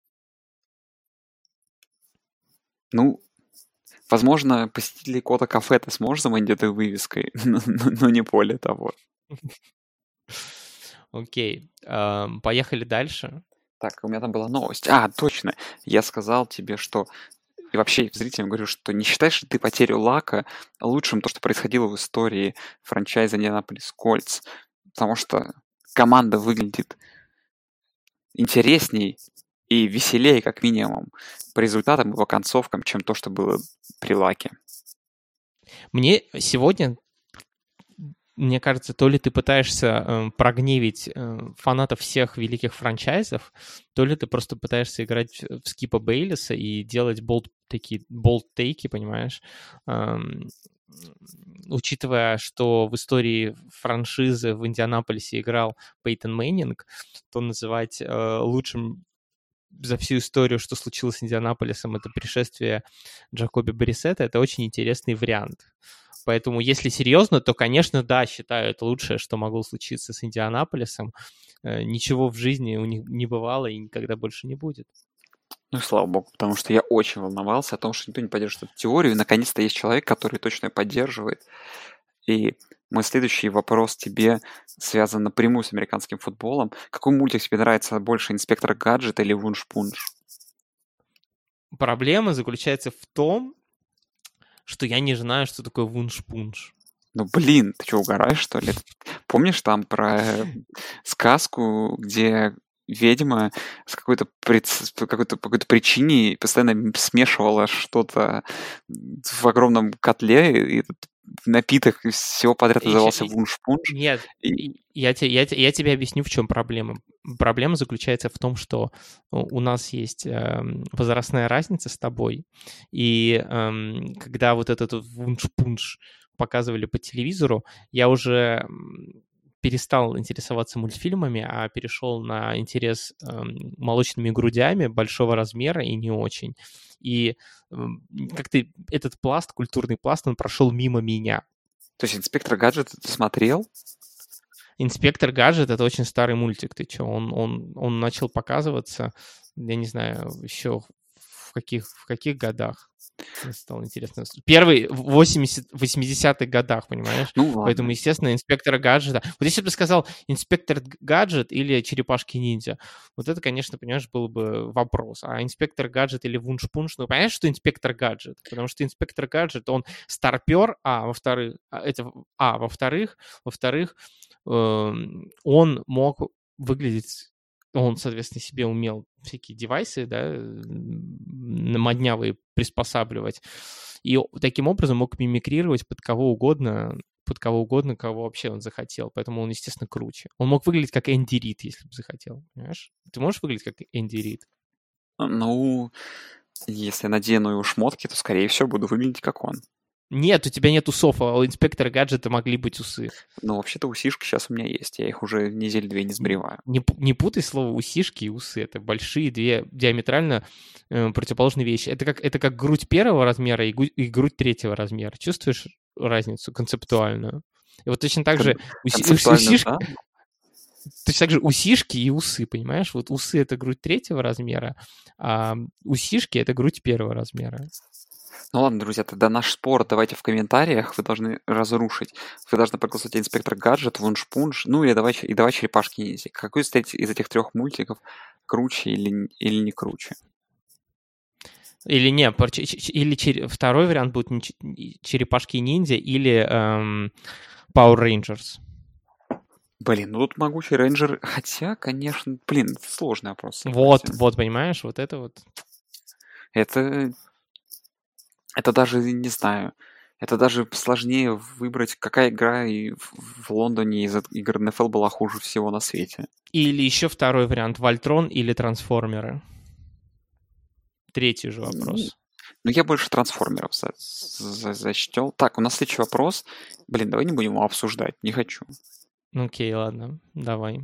Ну, возможно, посетители Кота кафе ты сможешь заманить этой вывеской, но не более того. Окей, поехали дальше. Так, у меня там была новость. А, точно. Я сказал тебе, что... И вообще зрителям говорю, что не считаешь ли ты потерю Лака лучшим то, что происходило в истории франчайза Индианаполис Кольтс? Потому что команда выглядит интересней и веселее, как минимум, по результатам и по концовкам, чем то, что было при Лаке. Мне сегодня, мне кажется, то ли ты пытаешься прогневить фанатов всех великих франчайзов, то ли ты просто пытаешься играть в Скипа Бейлиса и делать болт-тейки, понимаешь? Учитывая, что в истории франшизы в Индианаполисе играл Пейтон Мэннинг, то называть лучшим за всю историю, что случилось с Индианаполисом, это пришествие Джакоби Брисетта, это очень интересный вариант. Поэтому, если серьезно, то, конечно, да, считаю, это лучшее, что могло случиться с Индианаполисом. Ничего в жизни у них не бывало и никогда больше не будет. Ну, слава богу, потому что я очень волновался о том, что никто не поддерживает эту теорию, и наконец-то есть человек, который точно ее поддерживает. И мой следующий вопрос тебе связан напрямую с американским футболом. Какой мультик тебе нравится больше, «Инспектор Гаджет» или «Вунш-Пунш»? Проблема заключается в том, что я не знаю, что такое вунш-пунш. Ну, блин, ты что, угораешь, что ли? Помнишь там про сказку, где ведьма с по какой-то причине постоянно смешивала что-то в огромном котле, и этот напиток из всего подряд назывался вунш-пунш? Нет, я тебе объясню, в чем проблема. Проблема заключается в том, что у нас есть возрастная разница с тобой, и когда вот этот вунш-пунш показывали по телевизору, я уже перестал интересоваться мультфильмами, а перешел на интерес молочными грудями большого размера и не очень. И как-то этот пласт, культурный пласт, он прошел мимо меня. То есть «Инспектор Гаджет» ты смотрел? «Инспектор Гаджет» — это очень старый мультик, ты чё? Он начал показываться, я не знаю, еще в каких годах. Мне стало интересно. Первый в 80-х годах, понимаешь? Ну ладно. Поэтому, естественно, «Инспектора Гаджета». Вот если бы ты сказал «Инспектор Гаджет» или «Черепашки-ниндзя», вот это, конечно, понимаешь, был бы вопрос. А «Инспектор Гаджет» или «Вунш-Пунш», ну, понимаешь, что «Инспектор Гаджет»? Потому что «Инспектор Гаджет», он старпер, во-вторых, он мог выглядеть... Он, соответственно, себе умел всякие девайсы, да, моднявые приспосабливать. И таким образом мог мимикрировать под кого угодно, кого вообще он захотел. Поэтому он, естественно, круче. Он мог выглядеть как Энди Рид, если бы захотел. Понимаешь? Ты можешь выглядеть как Энди Рид? Ну, если я надену его шмотки, то, скорее всего, буду выглядеть как он. Нет, у тебя нет усов, а у «Инспектора Гаджета» могли быть усы. Ну, вообще-то усишки сейчас у меня есть. Я их уже недели-две не сбриваю. Не путай слово усишки и усы. Это большие две диаметрально противоположные вещи. Это как грудь первого размера и грудь третьего размера. Чувствуешь разницу концептуальную? И вот точно так же усишки... Да? Точно так же усишки и усы, понимаешь? Вот усы — это грудь третьего размера, а усишки — это грудь первого размера. Ну ладно, друзья, тогда наш спор давайте в комментариях, вы должны разрушить. Вы должны проголосовать «Инспектор Гаджет», «Вунш-Пунш», ну или давай «Черепашки-ниндзя». Какой из этих трех мультиков круче или не круче? Или не, или второй вариант будет «Черепашки-ниндзя» или Power Rangers. Блин, ну тут «Могучий рейнджер», хотя, конечно, блин, это сложный вопрос. Вот, понимаешь, вот это вот. Это Это даже, не знаю, это даже сложнее выбрать, какая игра в Лондоне из игр НФЛ была хуже всего на свете. Или еще второй вариант, Вольтрон или Трансформеры. Третий же вопрос. Ну, я больше трансформеров зачтел. Так, у нас следующий вопрос. Блин, давай не будем его обсуждать, не хочу. Окей, ладно, давай.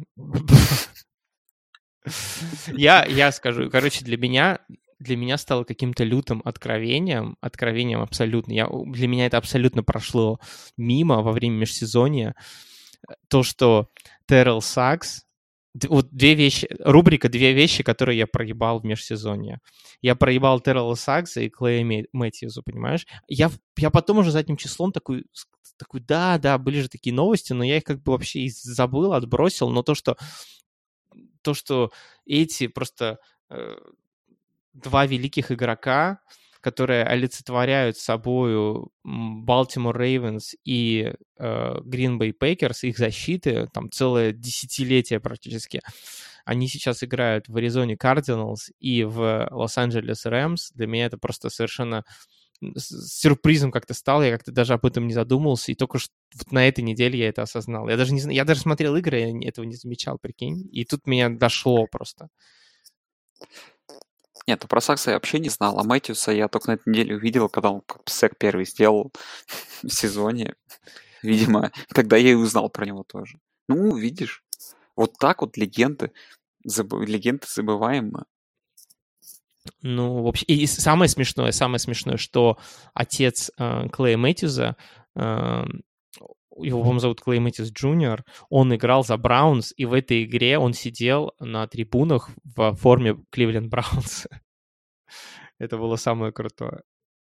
Я скажу, короче, для меня стало каким-то лютым откровением абсолютно. Для меня это абсолютно прошло мимо во время межсезонья. То, что Террell Сакс... Вот рубрика «Две вещи, которые я проебал в межсезонье». Я проебал Террелла Сакса и Клея Мэтьюза, понимаешь? Я потом уже задним числом такой, да, были же такие новости, но я их как бы вообще забыл, отбросил. Но то, что эти просто два великих игрока, которые олицетворяют собою Baltimore Ravens и Green Bay Packers, их защиты, там целое десятилетие практически, они сейчас играют в Аризоне Cardinals и в Лос-Анджелес Рэмс. Для меня это просто совершенно сюрпризом как-то стало, я как-то даже об этом не задумывался, и только что вот на этой неделе я это осознал. Я даже не знаю, я даже смотрел игры, я этого не замечал, прикинь, и тут меня дошло просто. Нет, про Сакса я вообще не знал, а Мэтьюса я только на этой неделе увидел, когда он сэк первый сделал в сезоне. Видимо, тогда я и узнал про него тоже. Ну, видишь, вот так вот легенды забываемые. Ну, вообще, и самое смешное, что отец Клея Мэтьюза, его, по-моему, зовут Клей Мэтьюз Джуниор, он играл за Браунс, и в этой игре он сидел на трибунах в форме Кливленд Браунс. Это было самое крутое.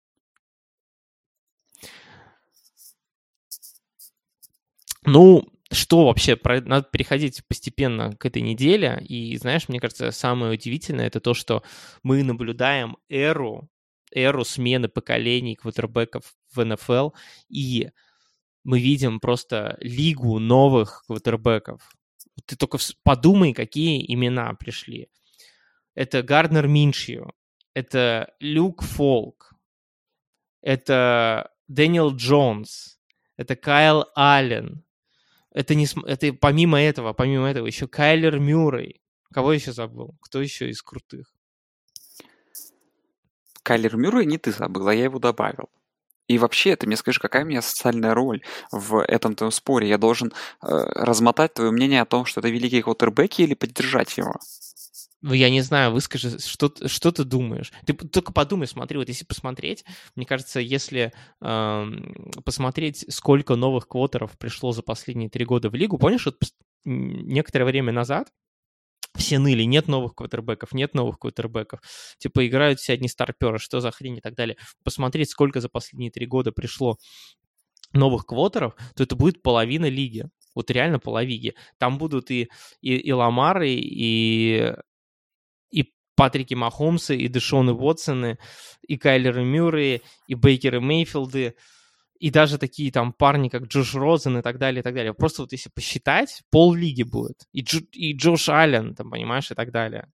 Ну, что вообще, надо переходить постепенно к этой неделе, и, знаешь, мне кажется, самое удивительное — это то, что мы наблюдаем эру смены поколений квотербеков в НФЛ, и мы видим просто лигу новых квотербеков. Ты только подумай, какие имена пришли. Это Гарднер Миншью, это Люк Фолк, это Дэниел Джонс, это Кайл Аллен. Это помимо этого еще Кайлер Мюррей. Кого еще забыл? Кто еще из крутых? Кайлер Мюррей не ты забыл, а я его добавил. И вообще, ты мне скажи, какая у меня социальная роль в этом твоем споре? Я должен размотать твое мнение о том, что это великие квотербеки, или поддержать его? Я не знаю, выскажи, что ты думаешь. Ты только подумай, смотри, вот если посмотреть, мне кажется, если посмотреть, сколько новых квотеров пришло за последние 3 года в лигу, помнишь, вот некоторое время назад все ныли, нет новых квотербеков, типа играют все одни старперы, что за хрень и так далее. Посмотреть, сколько за последние 3 года пришло новых квотеров, то это будет половина лиги. Вот реально половина. Там будут и Ламары, и Патрики Махомсы, и Дэшоны Уотсоны, и Кайлеры Мюрреи, и Бейкеры Мейфилды, и даже такие там парни, как Джош Розен и так далее, и так далее. Просто вот если посчитать, пол-лиги будет. И Джош Аллен, там, понимаешь, и так далее.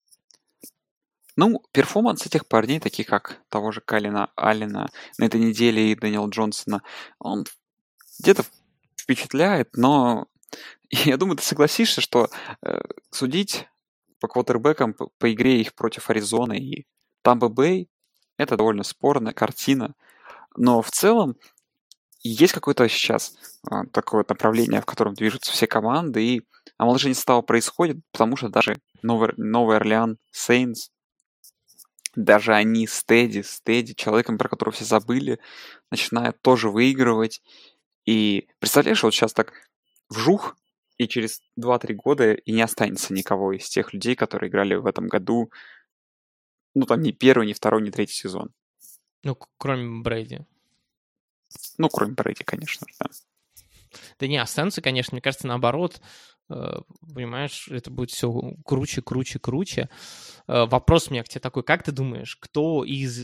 Ну, перформанс этих парней, таких как того же Кайлина Аллена на этой неделе и Дэниела Джонсона, он где-то впечатляет, но я думаю, ты согласишься, что судить по квотербекам, по игре их против Аризоны и Тампа Бэй, это довольно спорная картина. Но в целом есть какое-то сейчас такое направление, в котором движутся все команды, и омоложение состава происходит, потому что даже Новый Орлеан Сейнс, даже они стеди, человеком, про которого все забыли, начинают тоже выигрывать. И представляешь, вот сейчас так вжух, и через 2-3 года и не останется никого из тех людей, которые играли в этом году, ну, там, ни первый, ни второй, ни третий сезон. Ну, кроме Брэди. Ну, кроме Брэди, конечно, да. Да не, останутся, конечно, мне кажется, наоборот, понимаешь, это будет все круче. Вопрос у меня к тебе такой, как ты думаешь, кто из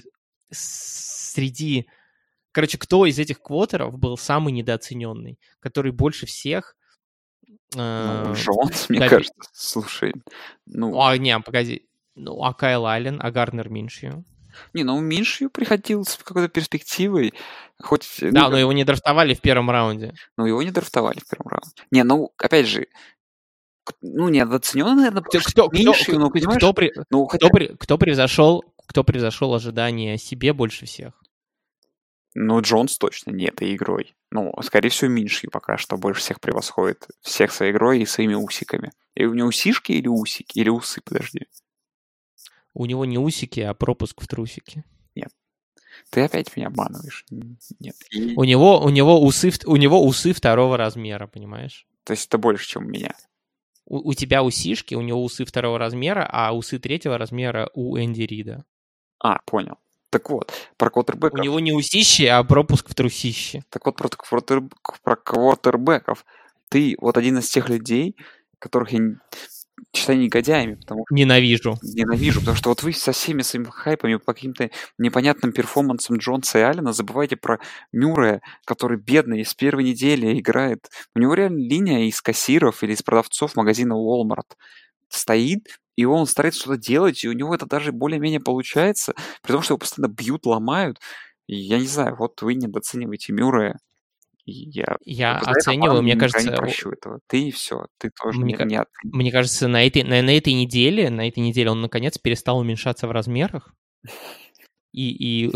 этих квотеров был самый недооцененный, который больше всех... Ну, Джонс, мне кажется, слушай, ну... погоди. Ну, а Кайл Аллен, а Гарднер Миншью? Не, ну Миншью приходил с какой-то перспективой, хоть, Да, но его не драфтовали в первом раунде. ну, его не драфтовали в первом раунде. Не, ну, опять же, ну, недооценен, наверное, Миншью, но, понимаешь, ну, хотя... Кто превзошел ожидания себе больше всех? Ну, Джонс точно не этой игрой. Ну, скорее всего, Миншью пока что больше всех превосходит всех своей игрой и своими усиками. И у него усишки или усики? Или усы, подожди. У него не усики, а пропуск в трусики. Нет. Ты опять меня обманываешь. Нет. У него усы второго размера, понимаешь? То есть это больше, чем у меня. У тебя усишки, у него усы второго размера, а усы третьего размера у Энди Рида. А, понял. Так вот, про квотербеков. У него не усище, а пропуск в трусище. Так вот, про квотербеков. Ты вот один из тех людей, которых я считаю негодяями, потому что... Ненавижу, потому что вот вы со всеми своими хайпами по каким-то непонятным перформансам Джонса и Аллена забываете про Мюррея, который бедный с первой недели играет. У него реально линия из кассиров или из продавцов магазина Walmart стоит, и он старается что-то делать, и у него это даже более-менее получается, при том, что его постоянно бьют, ломают. И я не знаю, вот вы недооцениваете Мюррея. И я оцениваю, мне кажется... не прощу этого. Ты и все, ты тоже не Мне кажется, на этой неделе он наконец перестал уменьшаться в размерах. И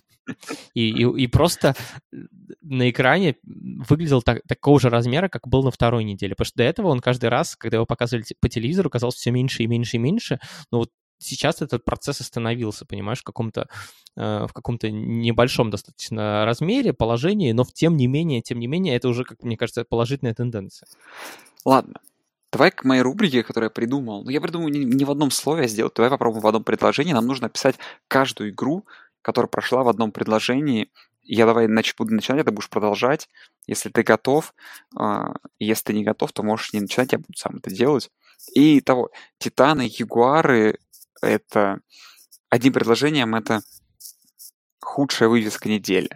просто на экране выглядел такого же размера, как был на второй неделе. Потому что до этого он каждый раз, когда его показывали по телевизору, казался все меньше и меньше и меньше. Но вот сейчас этот процесс остановился, понимаешь, в каком-то небольшом достаточно размере, положении, но тем не менее, это уже, как мне кажется, положительная тенденция. Ладно. Давай к моей рубрике, которую я придумал. Ну, я придумал не в одном слове, а сделать. Давай попробуем в одном предложении. Нам нужно описать каждую игру, которая прошла в одном предложении. Я буду начинать, ты будешь продолжать. Если ты готов, если ты не готов, то можешь не начинать, я буду сам это делать. И того, Титаны, Ягуары, это одним предложением, это худшая вывеска недели.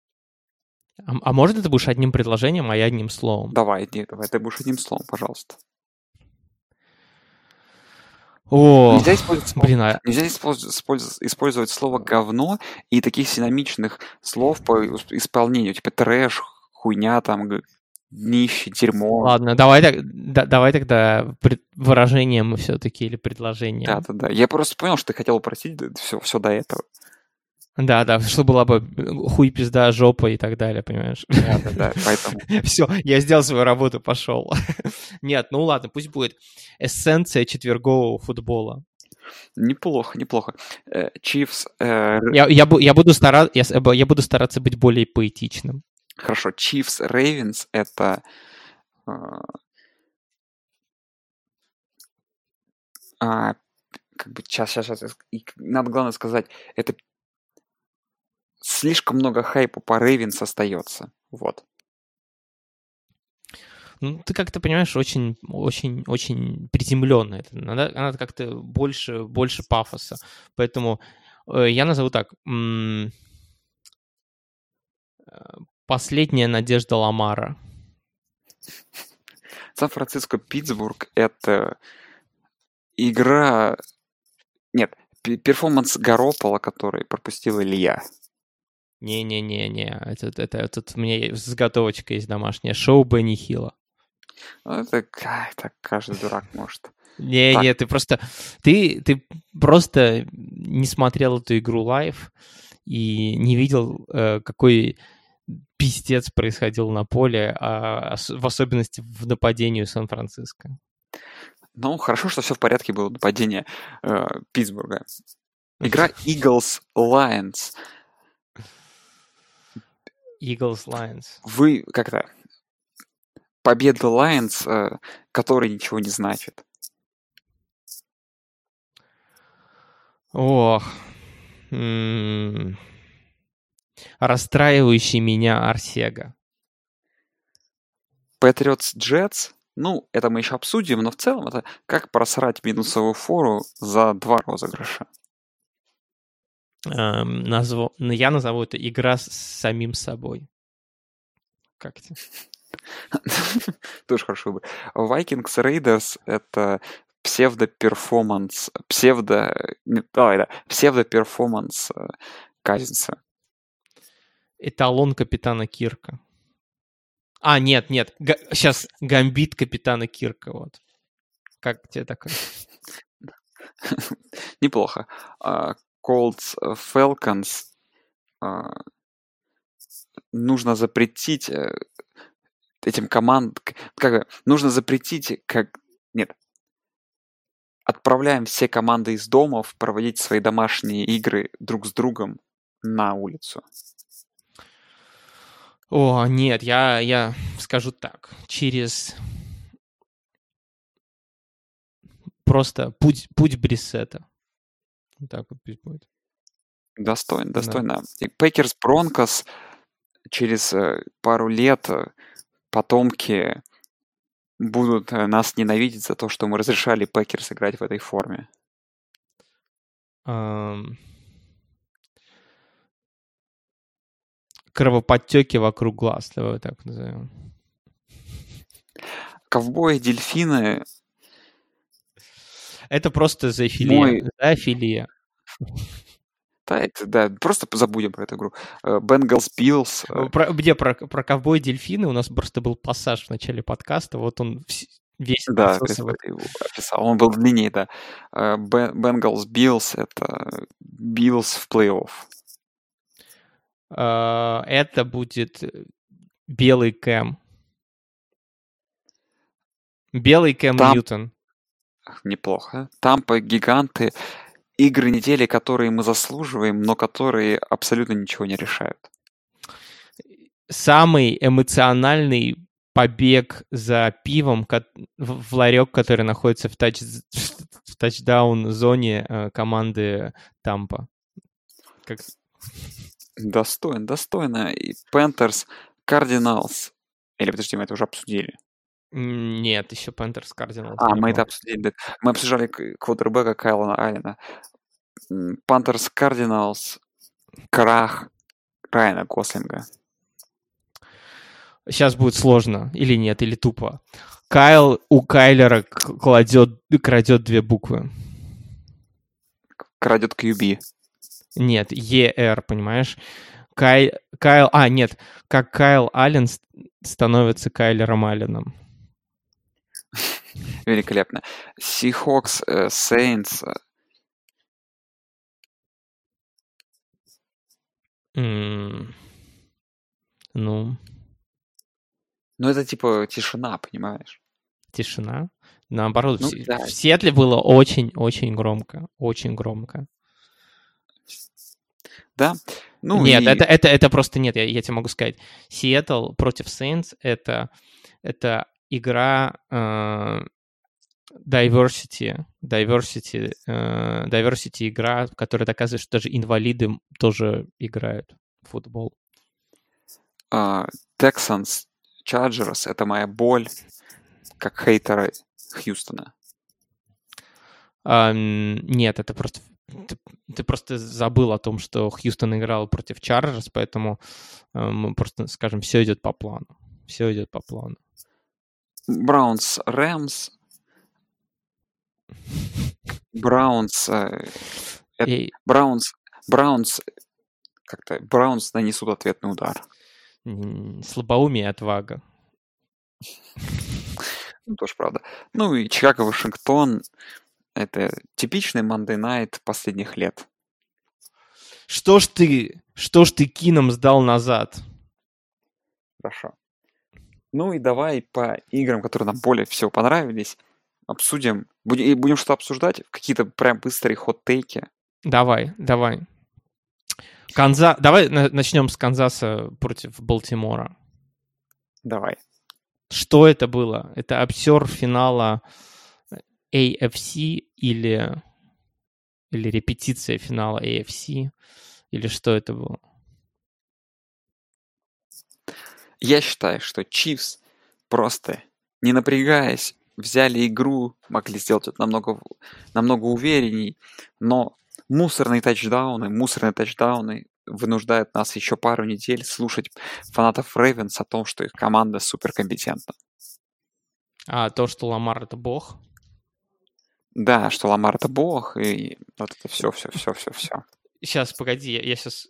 А может, ты будешь одним предложением, а я одним словом? Давай, ты будешь одним словом, пожалуйста. Нельзя использовать слово «говно» и таких синомичных слов по исполнению, типа трэш, хуйня, там, днище, дерьмо. Ладно, давай тогда выражением все-таки или предложением. Да. Я просто понял, что ты хотел упростить все до этого. Да, что было бы хуй, пизда, жопа и так далее, понимаешь? Да, поэтому... Все, я сделал свою работу, пошел. Нет, ну ладно, пусть будет эссенция четвергового футбола. Неплохо. Chiefs... Я буду стараться быть более поэтичным. Хорошо, Chiefs Ravens — это... сейчас. Надо главное сказать, это слишком много хайпа по Ravens остается. Вот. Ну, ты как-то, понимаешь, очень приземленно. Надо как-то больше пафоса. Поэтому я назову так. Последняя надежда Ламара. Сан-Франциско-Питтсбург — это игра... Нет, перформанс Гаропола, который пропустил Илья. Не-не-не. Это тут у меня заготовочка есть домашняя. Шоу Бенни Хилла. Это каждый дурак может. Не, ты просто не смотрел эту игру лайв и не видел, какой пиздец происходил на поле, в особенности в нападении Сан-Франциско. Ну, хорошо, что все в порядке было нападение Питтсбурга. Игра Eagles-Lions. Eagles-Lions. Вы как-то... Победа Lions, которая ничего не значит. Ох. Расстраивающий меня Арсега. Patriots Jets, ну, это мы еще обсудим, но в целом это как просрать минусовую фору за 2 розыгрыша. Я назову это игра с самим собой. Как это? Тоже хороший выбор. Vikings Raiders — это псевдо-перформанс Казинца. Эталон капитана Кирка. Нет. Сейчас гамбит капитана Кирка. Вот. Как тебе такое? Неплохо. Colts Falcons нужно запретить этим командам... Нужно запретить... Отправляем все команды из домов проводить свои домашние игры друг с другом на улицу. Нет, я скажу так. Через просто путь Брissetta. Так вот пусть будет. Достойно. И Пекерс Бронкос через пару лет потомки будут нас ненавидеть за то, что мы разрешали Пекерс играть в этой форме. Кровоподтеки вокруг глаз, давай так назовем. Ковбои, дельфины. Это просто зоофилия. Да, просто забудем про эту игру. Бенгалс, Биллс. Про ковбой дельфины у нас просто был пассаж в начале подкаста, вот он весь описал. Он был длиннее, да. Бенгалс, Биллс — это Биллс в плей-офф. Это будет белый Кэм. Белый Кэм Ньютон. Неплохо. Тампа, гиганты. Игры недели, которые мы заслуживаем, но которые абсолютно ничего не решают. Самый эмоциональный побег за пивом в ларек, который находится в тачдаун-зоне команды Тампа. Достойно. И Пентерс, Кардиналс. Или, подожди, мы это уже обсудили. Нет, еще Пентерс, Кардиналс. Мы это обсудили. Мы обсуждали квотербека Кайла Аллена. Пантерс, Кардиналс, крах Райана Гослинга. Сейчас будет сложно. Или нет, или тупо. Кайл у Кайлера крадет 2 буквы. Крадет QB. Нет, ER, понимаешь? Кайл... нет. Как Кайл Аллен становится Кайлером Алленом. Великолепно. Seahawks, Saints. Ну, это типа тишина, понимаешь? Тишина? Наоборот, в Сиэтле было очень-очень громко. Очень громко. Да? Нет, это просто нет, я тебе могу сказать. Сиэтл против Saints — это игра diversity игра, которая доказывает, что даже инвалиды тоже играют в футбол. Texans, Chargers — это моя боль, как хейтера Хьюстона. Нет, это просто... Ты просто забыл о том, что Хьюстон играл против Чарджерс, поэтому мы просто скажем, все идет по плану. Все идет по плану. Браунс, Рэмс. Браунс нанесут ответный удар. Слабоумие и отвага. Тоже правда. И Чикаго, Вашингтон — это типичный Monday Night последних лет. Что ж ты кином сдал назад? Хорошо. И давай по играм, которые нам более всего понравились, обсудим. Будем что-то обсуждать? Какие-то прям быстрые хот-тейки? Давай. Давай начнем с Канзаса против Балтимора. Давай. Что это было? Это обсер финала AFC или репетиция финала AFC? Или что это было? Я считаю, что Chiefs просто, не напрягаясь, взяли игру, могли сделать это намного уверенней, но мусорные тачдауны вынуждают нас еще пару недель слушать фанатов Ravens о том, что их команда суперкомпетентна. А то, что Ламар — это бог? Да, что Ламар — это бог, и вот это все. Сейчас, погоди, я сейчас...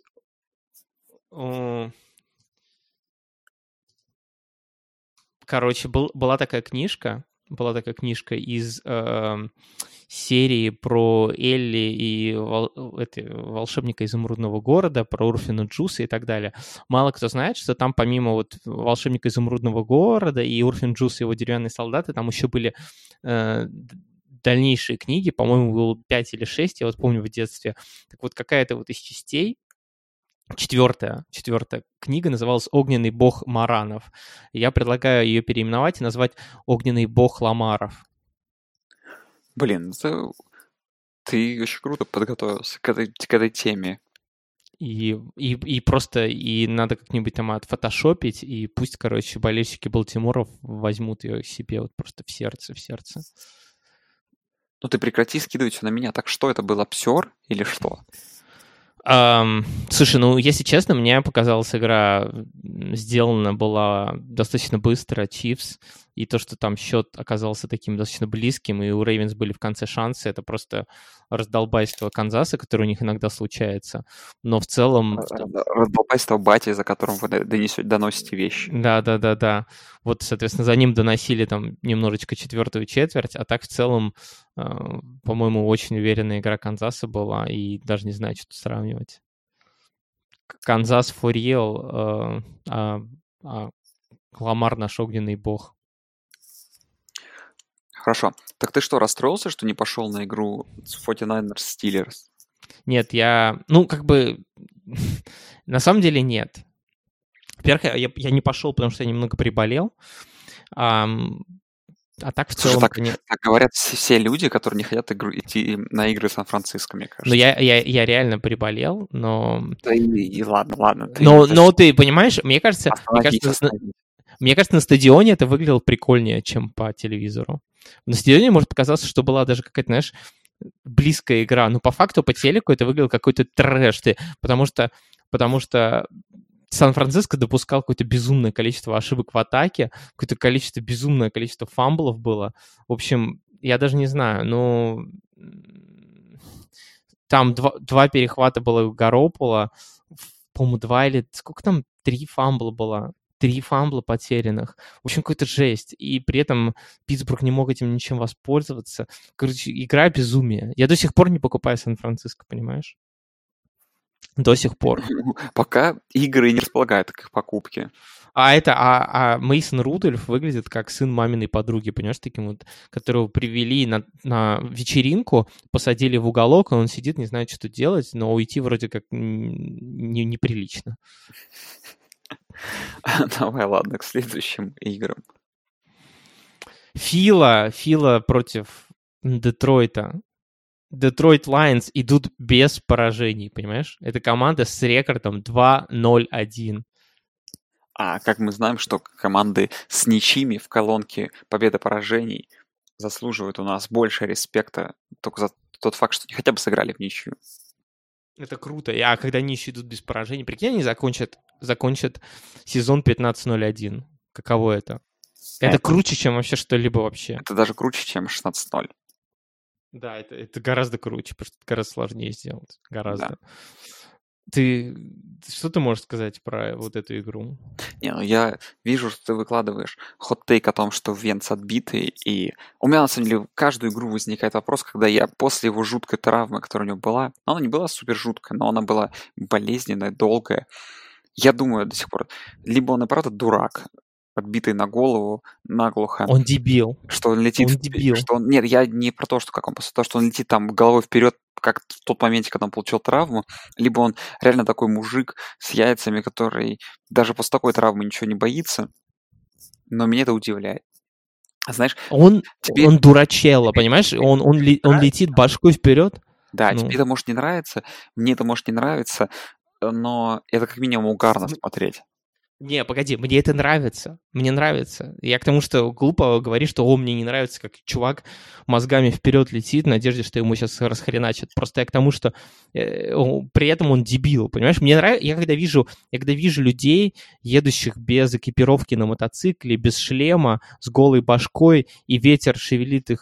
Короче, была такая книжка из серии про Элли и волшебника изумрудного города, про Урфина Джуса и так далее. Мало кто знает, что там помимо вот волшебника изумрудного города и Урфин Джус и его деревянные солдаты, там еще были дальнейшие книги, по-моему, было 5 или 6, я вот помню в детстве. Так вот, какая-то вот из частей, четвертая книга называлась «Огненный бог Маранов». Я предлагаю ее переименовать и назвать «Огненный бог Ламаров». Блин, ты очень круто подготовился к этой теме. И просто надо как-нибудь там отфотошопить, и пусть, короче, болельщики Балтиморов возьмут ее к себе вот просто в сердце. Ну ты прекрати скидывать все на меня. Так что это был обсер или что? Слушай, ну, если честно, мне показалась игра сделана была достаточно быстро, Chiefs, и то, что там счет оказался таким достаточно близким, и у Рейвенс были в конце шансы, это просто раздолбайство Канзаса, которое у них иногда случается, но в целом... Раздолбайство бати, за которым вы доносите вещи. Да. Вот, соответственно, за ним доносили там немножечко четвертую четверть, а так в целом, по-моему, очень уверенная игра Канзаса была, и даже не знаю, что тут сравнивать. Канзас for real, а Ламар наш огненный бог. Хорошо. Так ты что, расстроился, что не пошел на игру с 49ers Steelers? Нет, на самом деле нет. Во-первых, я не пошел, потому что я немного приболел. А так в целом... Так говорят все люди, которые не хотят идти на игры Сан-Франциско, мне кажется. Ну, я реально приболел, но... Да и ладно. Но ты понимаешь, мне кажется, на стадионе это выглядело прикольнее, чем по телевизору. На стадионе может показаться, что была даже какая-то, знаешь, близкая игра, но по факту по телеку это выглядело какой-то трэш, потому что Сан-Франциско допускал какое-то безумное количество ошибок в атаке, какое-то безумное количество фамблов было. В общем, я даже не знаю, но там два перехвата было у Гаропола, по-моему, 2 или... Сколько там? 3 фамбла было. 3 фамбла потерянных. В общем, какая-то жесть. И при этом Питтсбург не мог этим ничем воспользоваться. Короче, игра безумия. Я до сих пор не покупаю Сан-Франциско, понимаешь? До сих пор. Пока игры не располагают к их покупке. А Мейсон Рудольф выглядит как сын маминой подруги, понимаешь, таким вот, которого привели на вечеринку, посадили в уголок, и он сидит, не знает, что делать, но уйти вроде как неприлично. Давай, ладно, к следующим играм. Фила против Детройта. Детройт Лайонс идут без поражений, понимаешь? Это команда с рекордом 2-0-1. А как мы знаем, что команды с ничьими в колонке победа-поражений заслуживают у нас больше респекта только за тот факт, что они хотя бы сыграли в ничью. Это круто. А когда ничьи идут без поражений, прикинь, они закончат сезон 15-0-1. Каково это? Это круче, чем вообще что-либо вообще. Это даже круче, чем 16-0. Да, это гораздо круче, потому что это гораздо сложнее сделать. Гораздо. Да. Что ты можешь сказать про вот эту игру? Я вижу, что ты выкладываешь хот-тейк о том, что Венц отбитый, и у меня, на самом деле, каждую игру возникает вопрос, когда я после его жуткой травмы, которая у него была, она не была супер жуткая, но она была болезненная, долгая. Я думаю до сих пор, либо он и правда дурак, отбитый на голову, наглухо. Он дебил. Что он летит... Он дебил. Нет, я не про то, что как он после того, что он летит там головой вперед, как в тот момент, когда он получил травму, либо он реально такой мужик с яйцами, который даже после такой травмы ничего не боится, но меня это удивляет. Знаешь, он дурачелло, понимаешь? Он летит башкой вперед. Да, тебе это может не нравиться, мне это может не нравиться, но это как минимум угарно смотреть. Не, погоди, мне это нравится. Мне нравится. Я к тому, что глупо говорить, что мне не нравится, как чувак мозгами вперед летит в надежде, что ему сейчас расхреначат. Просто я к тому, что при этом он дебил, понимаешь? Мне нравится, я когда вижу людей, едущих без экипировки на мотоцикле, без шлема, с голой башкой, и ветер шевелит их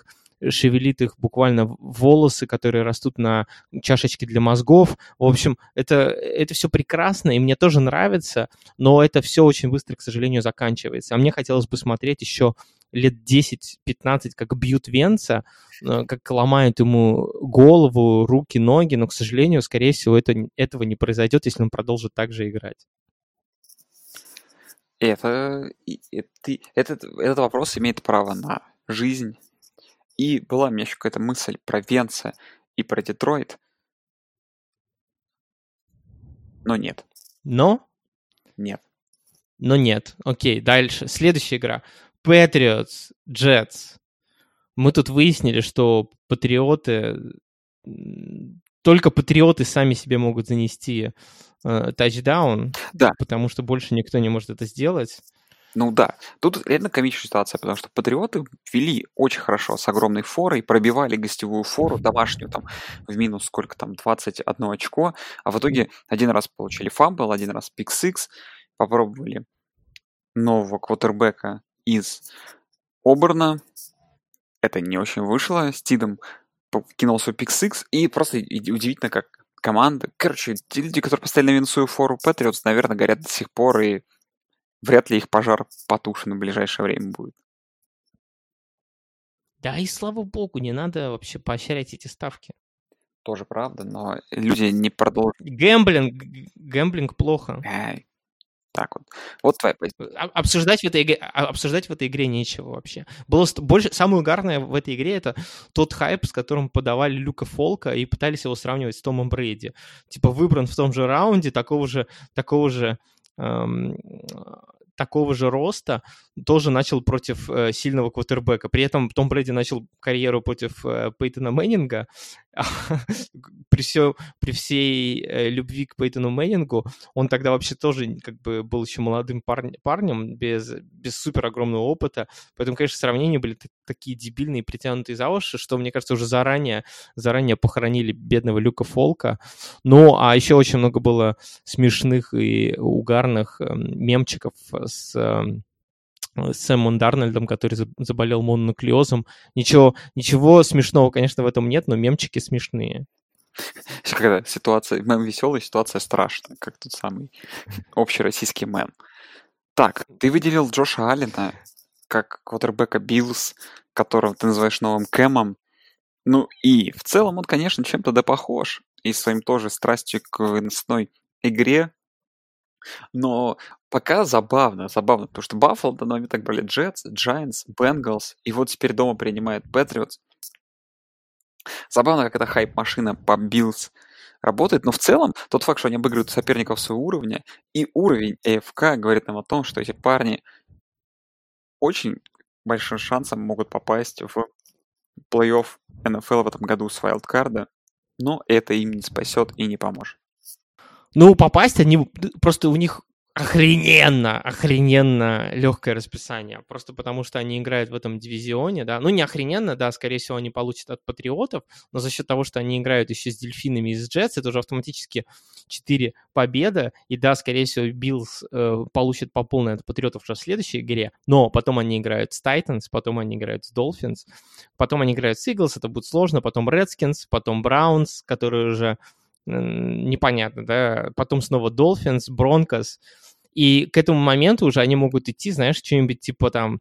шевелит их буквально волосы, которые растут на чашечке для мозгов. В общем, это все прекрасно, и мне тоже нравится, но это все очень быстро, к сожалению, заканчивается. А мне хотелось бы смотреть еще лет 10-15, как бьют Венца, как ломают ему голову, руки, ноги, но, к сожалению, скорее всего, этого не произойдет, если он продолжит так же играть. Этот вопрос имеет право на жизнь. И была у меня еще какая-то мысль про Венца и про Детройт, но нет. Но Нет. Окей, дальше. Следующая игра. Patriots, Jets. Мы тут выяснили, что только патриоты сами себе могут занести тачдаун, Да. потому что больше никто не может это сделать. Ну да, тут реально комичная ситуация, потому что Патриоты вели очень хорошо с огромной форой, пробивали гостевую фору, домашнюю там в минус сколько там, 21 очко, а в итоге один раз получили фамбл, один раз пик-сикс, попробовали нового квотербека из Оберна, это не очень вышло, Стидом кинул свой пик-сикс, и просто удивительно, как команда, короче, те люди, которые поставили на минусовую фору Патриотс, наверное, горят до сих пор, и вряд ли их пожар потушен в ближайшее время будет. Да и слава богу, не надо вообще поощрять эти ставки. Тоже правда, но люди не продолжат. Гэмблинг плохо. Так вот. Вот твоя позиция. Обсуждать в этой игре нечего вообще. Самое угарное в этой игре — это тот хайп, с которым подавали Люка Фолка и пытались его сравнивать с Томом Брейди. Типа выбран в том же раунде, такого же роста, тоже начал против сильного квотербека. При этом Том Брэди начал карьеру против Пейтона Мэннинга. При всей любви к Пейтону Мэннингу он тогда вообще тоже как бы был еще молодым парнем без супер огромного опыта. Поэтому, конечно, сравнения были такие дебильные, притянутые за уши, что, мне кажется, уже заранее похоронили бедного Люка Фолка. Ну, а еще очень много было смешных и угарных мемчиков с Сэмом Дарнольдом, который заболел мононуклеозом. Ничего смешного, конечно, в этом нет, но мемчики смешные. Когда ситуация, мем веселая, ситуация страшная, как тот самый общероссийский мем. Так, ты выделил Джоша Аллена как квотербека Биллс, которого ты называешь новым Кэмом. Ну и в целом он, конечно, чем-то да похож. И своим тоже страстью к выносной игре. Но пока забавно, потому что Баффало до момента так брали Джетс, Giants, Bengals, и вот теперь дома принимает Patriots. Забавно, как эта хайп-машина по Биллс работает, но в целом тот факт, что они обыгрывают соперников своего уровня, и уровень АФК говорит нам о том, что эти парни очень большим шансом могут попасть в плей-офф НФЛ в этом году с вайлдкарда, но это им не спасет и не поможет. Ну, попасть они... Просто у них охрененно легкое расписание. Просто потому, что они играют в этом дивизионе, да. Ну, не охрененно, да, скорее всего, они получат от Патриотов, но за счет того, что они играют еще с Дельфинами и с Джетс, это уже автоматически 4 победы. И да, скорее всего, Биллс получит по полной от Патриотов уже в следующей игре, но потом они играют с Тайтанс, потом они играют с Долфинс, потом они играют с Иглс, это будет сложно, потом Редскинс, потом Браунс, которые уже непонятно, да, потом снова Dolphins, Broncos, и к этому моменту уже они могут идти, знаешь, что-нибудь типа там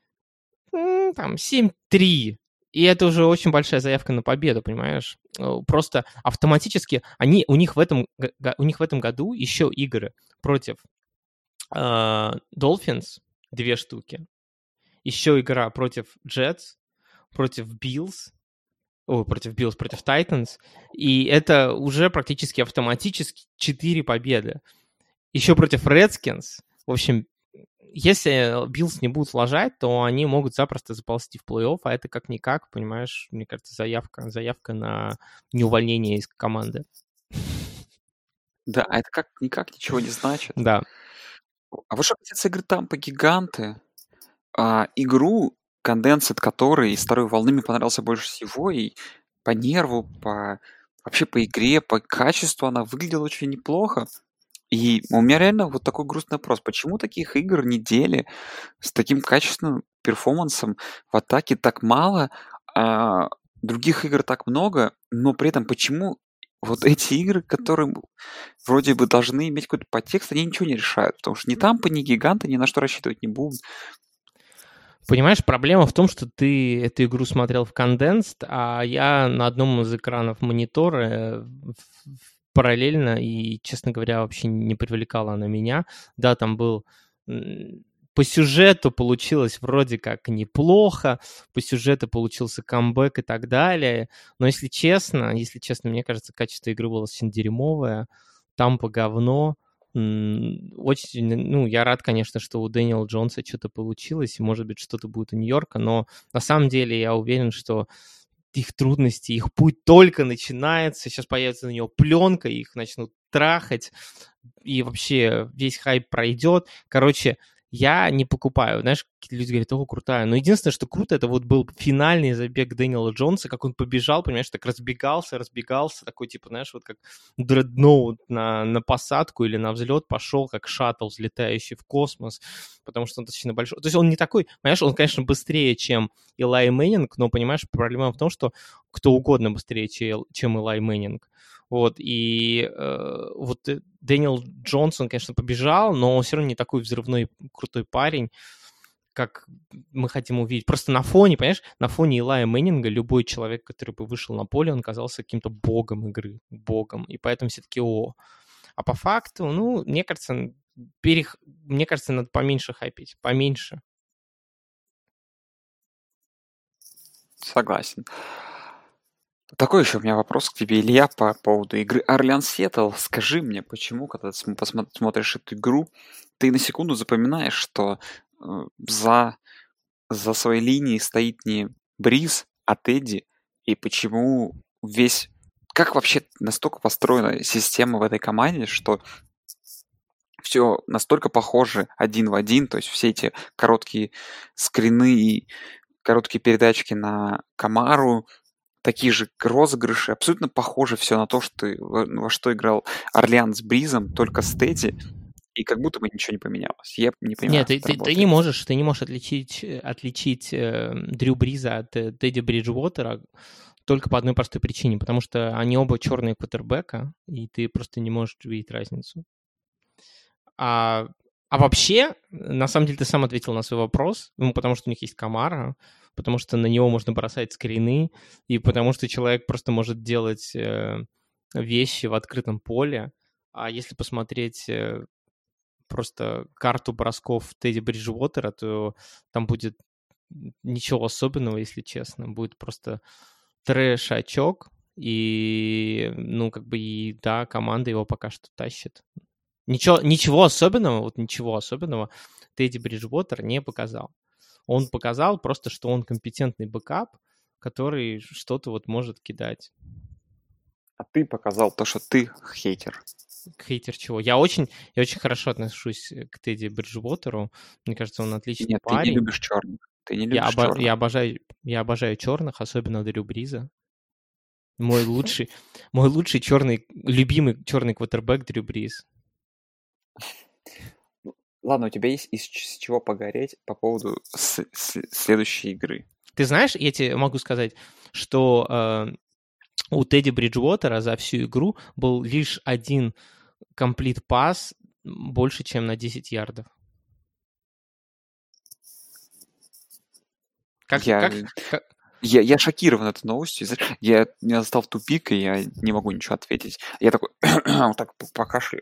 7-3, и это уже очень большая заявка на победу, понимаешь? Просто автоматически у них в этом году еще игры против Dolphins, 2 штуки, еще игра против Jets, против Bills, против Titans, и это уже практически автоматически 4 победы. Еще против Redskins. В общем, если Биллс не будут ложать, то они могут запросто заползти в плей-офф, а это как-никак, понимаешь, мне кажется, заявка на неувольнение из команды. Да, а это как-никак ничего не значит. Да. А вот что касается игры Тампа-Гиганты, игру, конденсат которой из второй волны мне понравился больше всего, и по нерву, вообще по игре, по качеству она выглядела очень неплохо. И у меня реально вот такой грустный вопрос. Почему таких игр недели с таким качественным перформансом в атаке так мало, других игр так много, но при этом почему вот эти игры, которые вроде бы должны иметь какой-то подтекст, они ничего не решают, потому что ни Тампа, ни Гиганты ни на что рассчитывать не будут. Понимаешь, проблема в том, что ты эту игру смотрел в Condensed, а я на одном из экранов монитора параллельно, и, честно говоря, вообще не привлекала она меня. Да, там был... По сюжету получилось вроде как неплохо, по сюжету получился камбэк и так далее, но если честно, мне кажется, качество игры было очень дерьмовое, Тампа говно. Очень, я рад, конечно, что у Дэниела Джонса что-то получилось, и, может быть, что-то будет у Нью-Йорка, но на самом деле я уверен, что их трудности, их путь только начинается, сейчас появится на него пленка, их начнут трахать, и вообще весь хайп пройдет. Короче, я не покупаю. Знаешь, какие-то люди говорят, о, крутая. Но единственное, что круто, это вот был финальный забег Дэниела Джонса, как он побежал, понимаешь, так разбегался, такой, типа, знаешь, вот как дредноут на посадку или на взлет пошел, как шаттл, взлетающий в космос, потому что он достаточно большой. То есть он не такой, понимаешь, он, конечно, быстрее, чем Элай Мэннинг, но, понимаешь, проблема в том, что кто угодно быстрее, чем Элай Мэннинг. Вот, и вот Дэниел Джонс, он, конечно, побежал, но он все равно не такой взрывной, крутой парень, как мы хотим увидеть. Просто на фоне, понимаешь, на фоне Элая Мэннинга любой человек, который бы вышел на поле, он казался каким-то богом игры, богом, и поэтому все-таки А по факту, мне кажется, надо поменьше хайпить, поменьше. Согласен. Такой еще у меня вопрос к тебе, Илья, по поводу игры Орлеан Сиэтл. Скажи мне, почему, когда ты смотришь эту игру, ты на секунду запоминаешь, что за своей линией стоит не Бриз, а Тедди, и почему как вообще настолько построена система в этой команде, что все настолько похоже один в один, то есть все эти короткие скрины и короткие передачки на Камару, такие же розыгрыши, абсолютно похоже все на то, во что играл Орлеан с Бризом, только с Тедди, и как будто бы ничего не поменялось. Я не понимаю, Нет, ты не можешь отличить Дрю Бриза от Тедди Бриджуотера только по одной простой причине, потому что они оба черные квотербека, и ты просто не можешь увидеть разницу. А вообще, на самом деле, ты сам ответил на свой вопрос, потому что у них есть Камара, потому что на него можно бросать скрины, и потому что человек просто может делать вещи в открытом поле. А если посмотреть просто карту бросков Тедди Бриджуотера, то там будет ничего особенного, если честно. Будет просто трэш-очок, и, команда его пока что тащит. Ничего особенного Тедди Бриджуотер не показал. Он показал просто, что он компетентный бэкап, который что-то вот может кидать. А ты показал то, что ты хейтер. Хейтер чего? Я очень хорошо отношусь к Тедди Бриджуотеру. Мне кажется, он отличный парень. Ты не любишь черных. Я обожаю черных, особенно Дрю Бриза. Мой лучший любимый черный квотербек Дрю Бриз. Ладно, у тебя есть из чего погореть по поводу следующей игры. Ты знаешь, я тебе могу сказать, что у Тедди Бриджуотера за всю игру был лишь один комплит-пас больше, чем на 10 ярдов. Я шокирован этой новостью. Меня застал в тупик, и я не могу ничего ответить. Я такой вот так покашляю.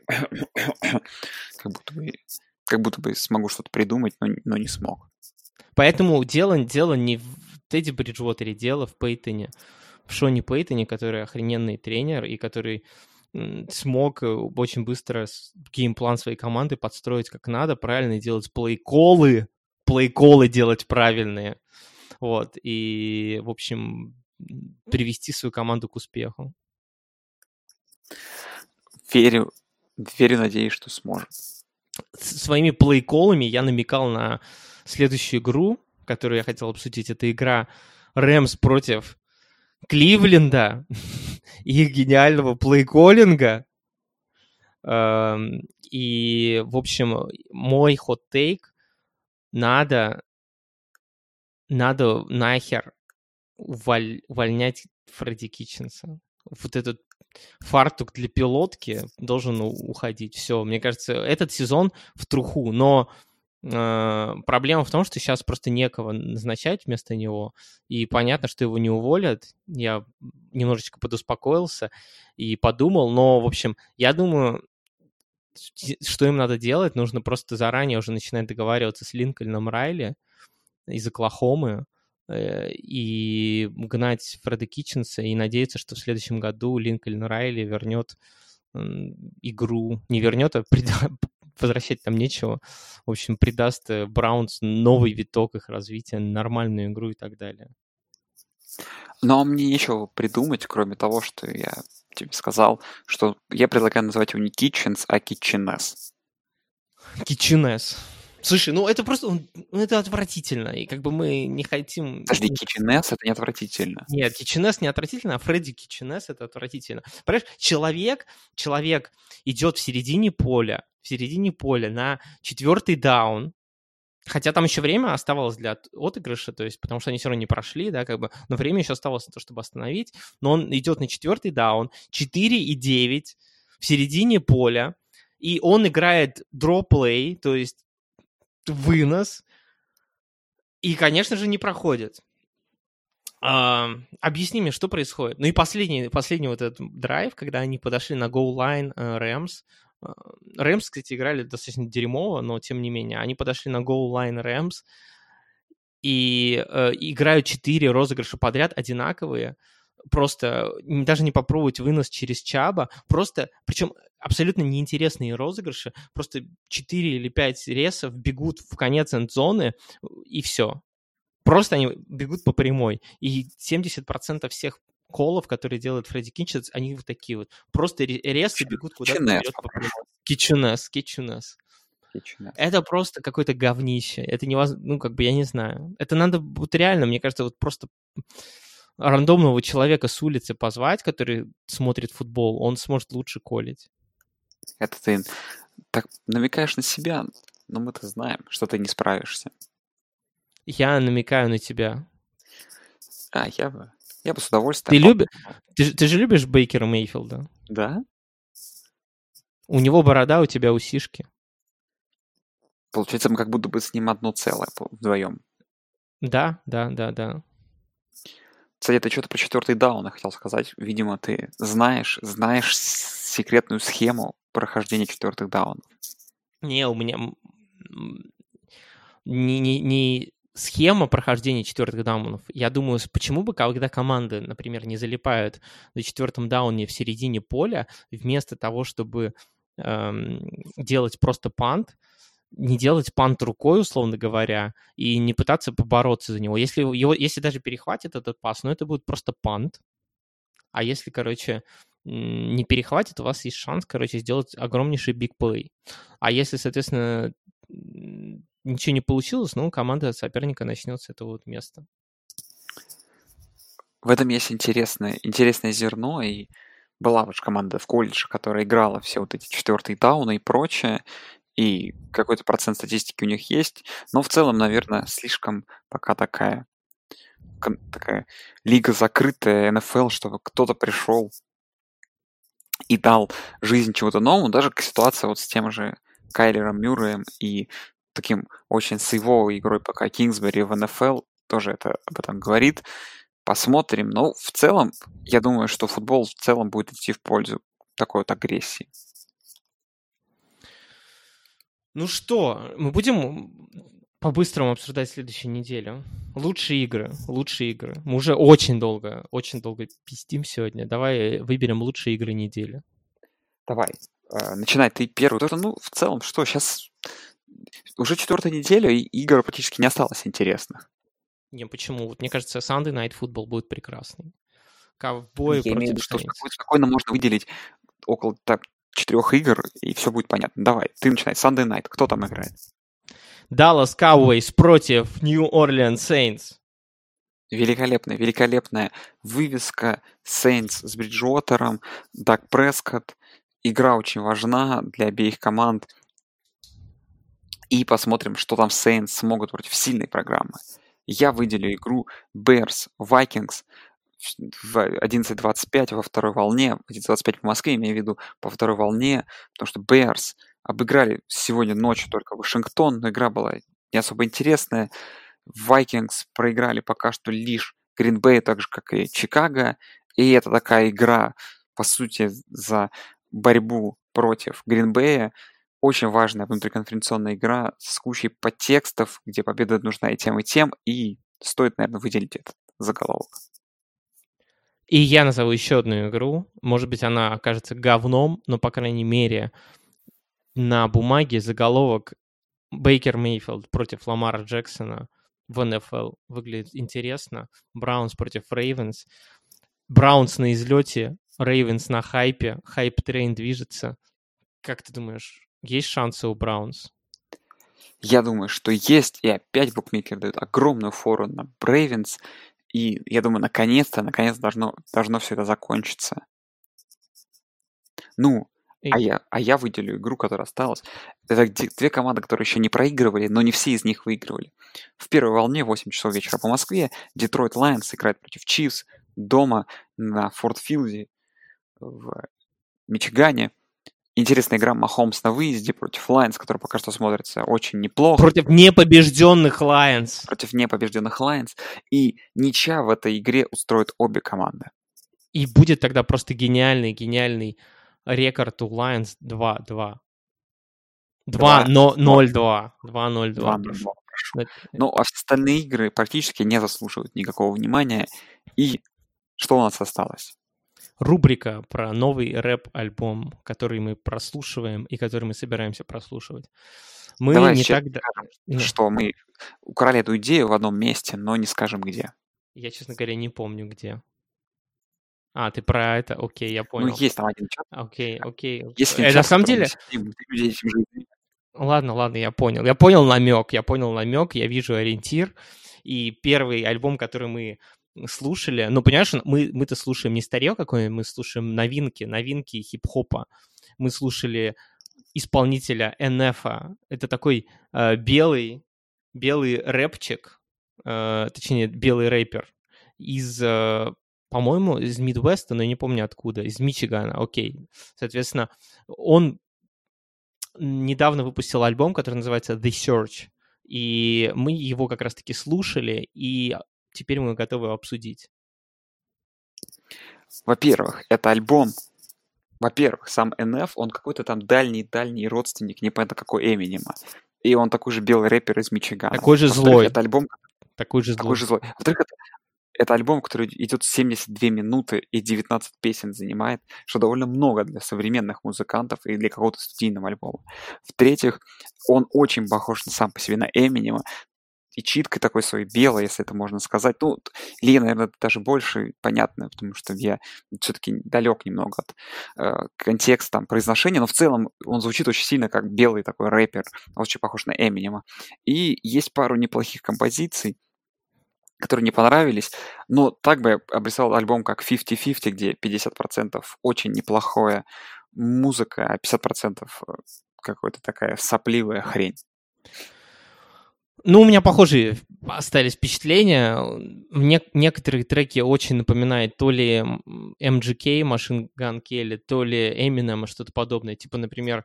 Как будто бы смогу что-то придумать, но не смог. Поэтому дело не в Тедди Бриджуотере, дело в Пейтоне. В Шоне Пейтоне, который охрененный тренер и который смог очень быстро геймплан своей команды подстроить как надо, правильно делать плей-коллы делать правильные. Вот, и, в общем, привести свою команду к успеху. Верю, надеюсь, что сможет. Своими плей-коллами я намекал на следующую игру, которую я хотел обсудить. Это игра Рэмс против Кливленда, их гениального плей-коллинга. И, в общем, мой хот-тейк — надо нахер увольнять Фредди Китченса. Вот этот фартук для пилотки должен уходить. Все, мне кажется, этот сезон в труху. Но проблема в том, что сейчас просто некого назначать вместо него. И понятно, что его не уволят. Я немножечко подуспокоился и подумал. Но, в общем, я думаю, что им надо делать, нужно просто заранее уже начинать договариваться с Линкольном Райли из Оклахомы и гнать Фреда Китченса и надеяться, что в следующем году Линкольн Райли вернет игру. Не вернет, а возвращать там нечего. В общем, придаст Браунс новый виток их развития, нормальную игру и так далее. Но мне нечего придумать, кроме того, что я тебе сказал, что я предлагаю называть его не Kitchens, а Kitchenes. Kitchenes. Слушай, ну это просто, это отвратительно, и как бы мы не хотим... Подожди, Kitchenes — это не отвратительно. Нет, Kitchenes не отвратительно, а Фредди Kitchenes — это отвратительно. Понимаешь, человек идет в середине поля на 4-й даун, хотя там еще время оставалось для отыгрыша, то есть, потому что они все равно не прошли, да, как бы, но время еще оставалось на то, чтобы остановить, но он идет на 4-й даун, 4-9 в середине поля, и он играет draw-play, то есть вынос, и, конечно же, не проходит. Объясни мне, что происходит. Ну и последний вот этот драйв, когда они подошли на гоу-лайн Рэмс. Рэмс, кстати, играли достаточно дерьмово, но тем не менее. Они подошли на гоу-лайн Рэмс и играют 4 розыгрыша подряд одинаковые. Просто даже не попробовать вынос через Чаба. Просто, причем абсолютно неинтересные розыгрыши. Просто 4 или 5 ресов бегут в конец энд-зоны, и все. Просто они бегут по прямой. И 70% всех колов, которые делает Фредди Китченс, они вот такие вот. Просто ресы бегут куда-то вперед по прямой. Kitchenes. Это просто какое-то говнище. Это невозможно, ну, как бы, я не знаю. Это надо вот реально, мне кажется, вот просто рандомного человека с улицы позвать, который смотрит футбол, он сможет лучше колить. Это ты так намекаешь на себя, но мы-то знаем, что ты не справишься. Я намекаю на тебя. Я бы с удовольствием... Ты же любишь Бейкера Мейфилда? Да? У него борода, у тебя усишки. Получается, мы как будто бы с ним одно целое вдвоем. Да. Кстати, ты что-то про 4-й даун хотел сказать. Видимо, ты знаешь секретную схему прохождения 4-х даунов. Не, у меня не схема прохождения 4-х даунов. Я думаю, почему бы, когда команды, например, не залипают на 4-м дауне в середине поля, вместо того, чтобы делать просто пант, не делать пант рукой, условно говоря, и не пытаться побороться за него. Если даже перехватит этот пас, ну, это будет просто пант. А если, не перехватит, у вас есть шанс, сделать огромнейший биг-плей. А если, соответственно, ничего не получилось, ну, команда соперника начнет с этого вот места. В этом есть интересное зерно, и была уж команда в колледже, которая играла все вот эти 4-е дауны и прочее, и какой-то процент статистики у них есть, но в целом, наверное, слишком пока такая лига закрытая, НФЛ, чтобы кто-то пришел и дал жизнь чего-то новому, даже ситуация вот с тем же Кайлером Мюрреем и таким очень сейвовой игрой пока Кингсбери в НФЛ тоже об этом говорит. Посмотрим. Но в целом, я думаю, что футбол в целом будет идти в пользу такой вот агрессии. Ну что, мы будем по-быстрому обсуждать следующую неделю. Лучшие игры. Мы уже очень долго пиздим сегодня. Давай выберем лучшие игры недели. Давай. Начинай ты первый. В целом, что, сейчас уже 4-я неделя, и игр практически не осталось интересных. Не, почему? Вот мне кажется, Sunday Night Football будет прекрасный. Ковбои против Saints. Спокойно можно выделить около 4 игр, и все будет понятно. Давай, ты начинай. Sunday Night. Кто там играет? Dallas Cowboys против New Orleans Saints. Великолепная вывеска. Saints с Бриджуотером, Даг Прескотт. Игра очень важна для обеих команд. И посмотрим, что там Saints смогут против сильной программы. Я выделю игру Bears Vikings в 11:25 во второй волне, 11:25 по Москве, имею в виду по второй волне, потому что Bears обыграли сегодня ночью только Вашингтон, но игра была не особо интересная. Vikings проиграли пока что лишь Green Bay, так же, как и Чикаго, и это такая игра, по сути, за борьбу против Green Bay. Очень важная внутриконференционная игра с кучей подтекстов, где победа нужна и тем, и стоит, наверное, выделить этот заголовок. И я назову еще одну игру. Может быть, она окажется говном, но, по крайней мере, на бумаге заголовок Бейкер Мейфилд против Ламара Джексона в НФЛ выглядит интересно. Браунс против Рейвенс. Браунс на излете, Рейвенс на хайпе. Хайп-трейн движется. Как ты думаешь, есть шансы у Браунс? Я думаю, что есть, и опять букмекеры дают огромную фору на Рейвенс, и я думаю, наконец должно все это закончиться. Ну, а я выделю игру, которая осталась. Это две команды, которые еще не проигрывали, но не все из них выигрывали. В первой волне, 8 часов вечера по Москве, Детройт Лайонс играет против Чифс дома на Форд-Филде в Мичигане. Интересная игра Махомс на выезде против Лайонс, которая пока что смотрится очень неплохо. Против непобежденных Лайонс. И ничья в этой игре устроит обе команды. И будет тогда просто гениальный рекорд у Lions 2-2. 2-0-2. 2-0-2. Ну, а все остальные игры практически не заслуживают никакого внимания. И что у нас осталось? Рубрика про новый рэп-альбом, который мы прослушиваем и который мы собираемся прослушивать. Мы Давай не скажем, так... что мы украли эту идею в одном месте, но не скажем где. Я, честно говоря, не помню где. А, ты про это? Окей, я понял. Ну, есть там один чат. Окей. Если На самом деле... Ладно, я понял. Я понял намек, я вижу ориентир. И первый альбом, который мы слушали... Ну, понимаешь, мы-то слушаем не старье какое-нибудь, мы слушаем новинки хип-хопа. Мы слушали исполнителя НФа. Это такой белый рэпчик, точнее, белый рэпер из... по-моему, из Мидвеста, но я не помню откуда, из Мичигана, окей. Соответственно, он недавно выпустил альбом, который называется The Search, и мы его как раз-таки слушали, и теперь мы готовы обсудить. Во-первых, это альбом. Во-первых, сам НФ, он какой-то там дальний родственник, непонятно какой Эминема. И он такой же белый рэпер из Мичигана. Такой же злой. Это альбом... Такой же злой. Во-вторых, это альбом, который идет 72 минуты и 19 песен занимает, что довольно много для современных музыкантов и для какого-то студийного альбома. В-третьих, он очень похож сам по себе на Эминема, и читкой такой своей белой, если это можно сказать. Ну, или, наверное, даже больше понятно, потому что я все-таки далек немного от контекста, произношения, но в целом он звучит очень сильно как белый такой рэпер, очень похож на Эминема. И есть пару неплохих композиций, которые не понравились, но так бы я обрисовал альбом как 50-50, где 50% очень неплохая музыка, а 50% какая-то такая сопливая хрень. Ну, у меня похожие остались впечатления. Некоторые треки очень напоминают то ли MGK, Machine Gun Kelly, то ли Eminem, что-то подобное. Типа, например,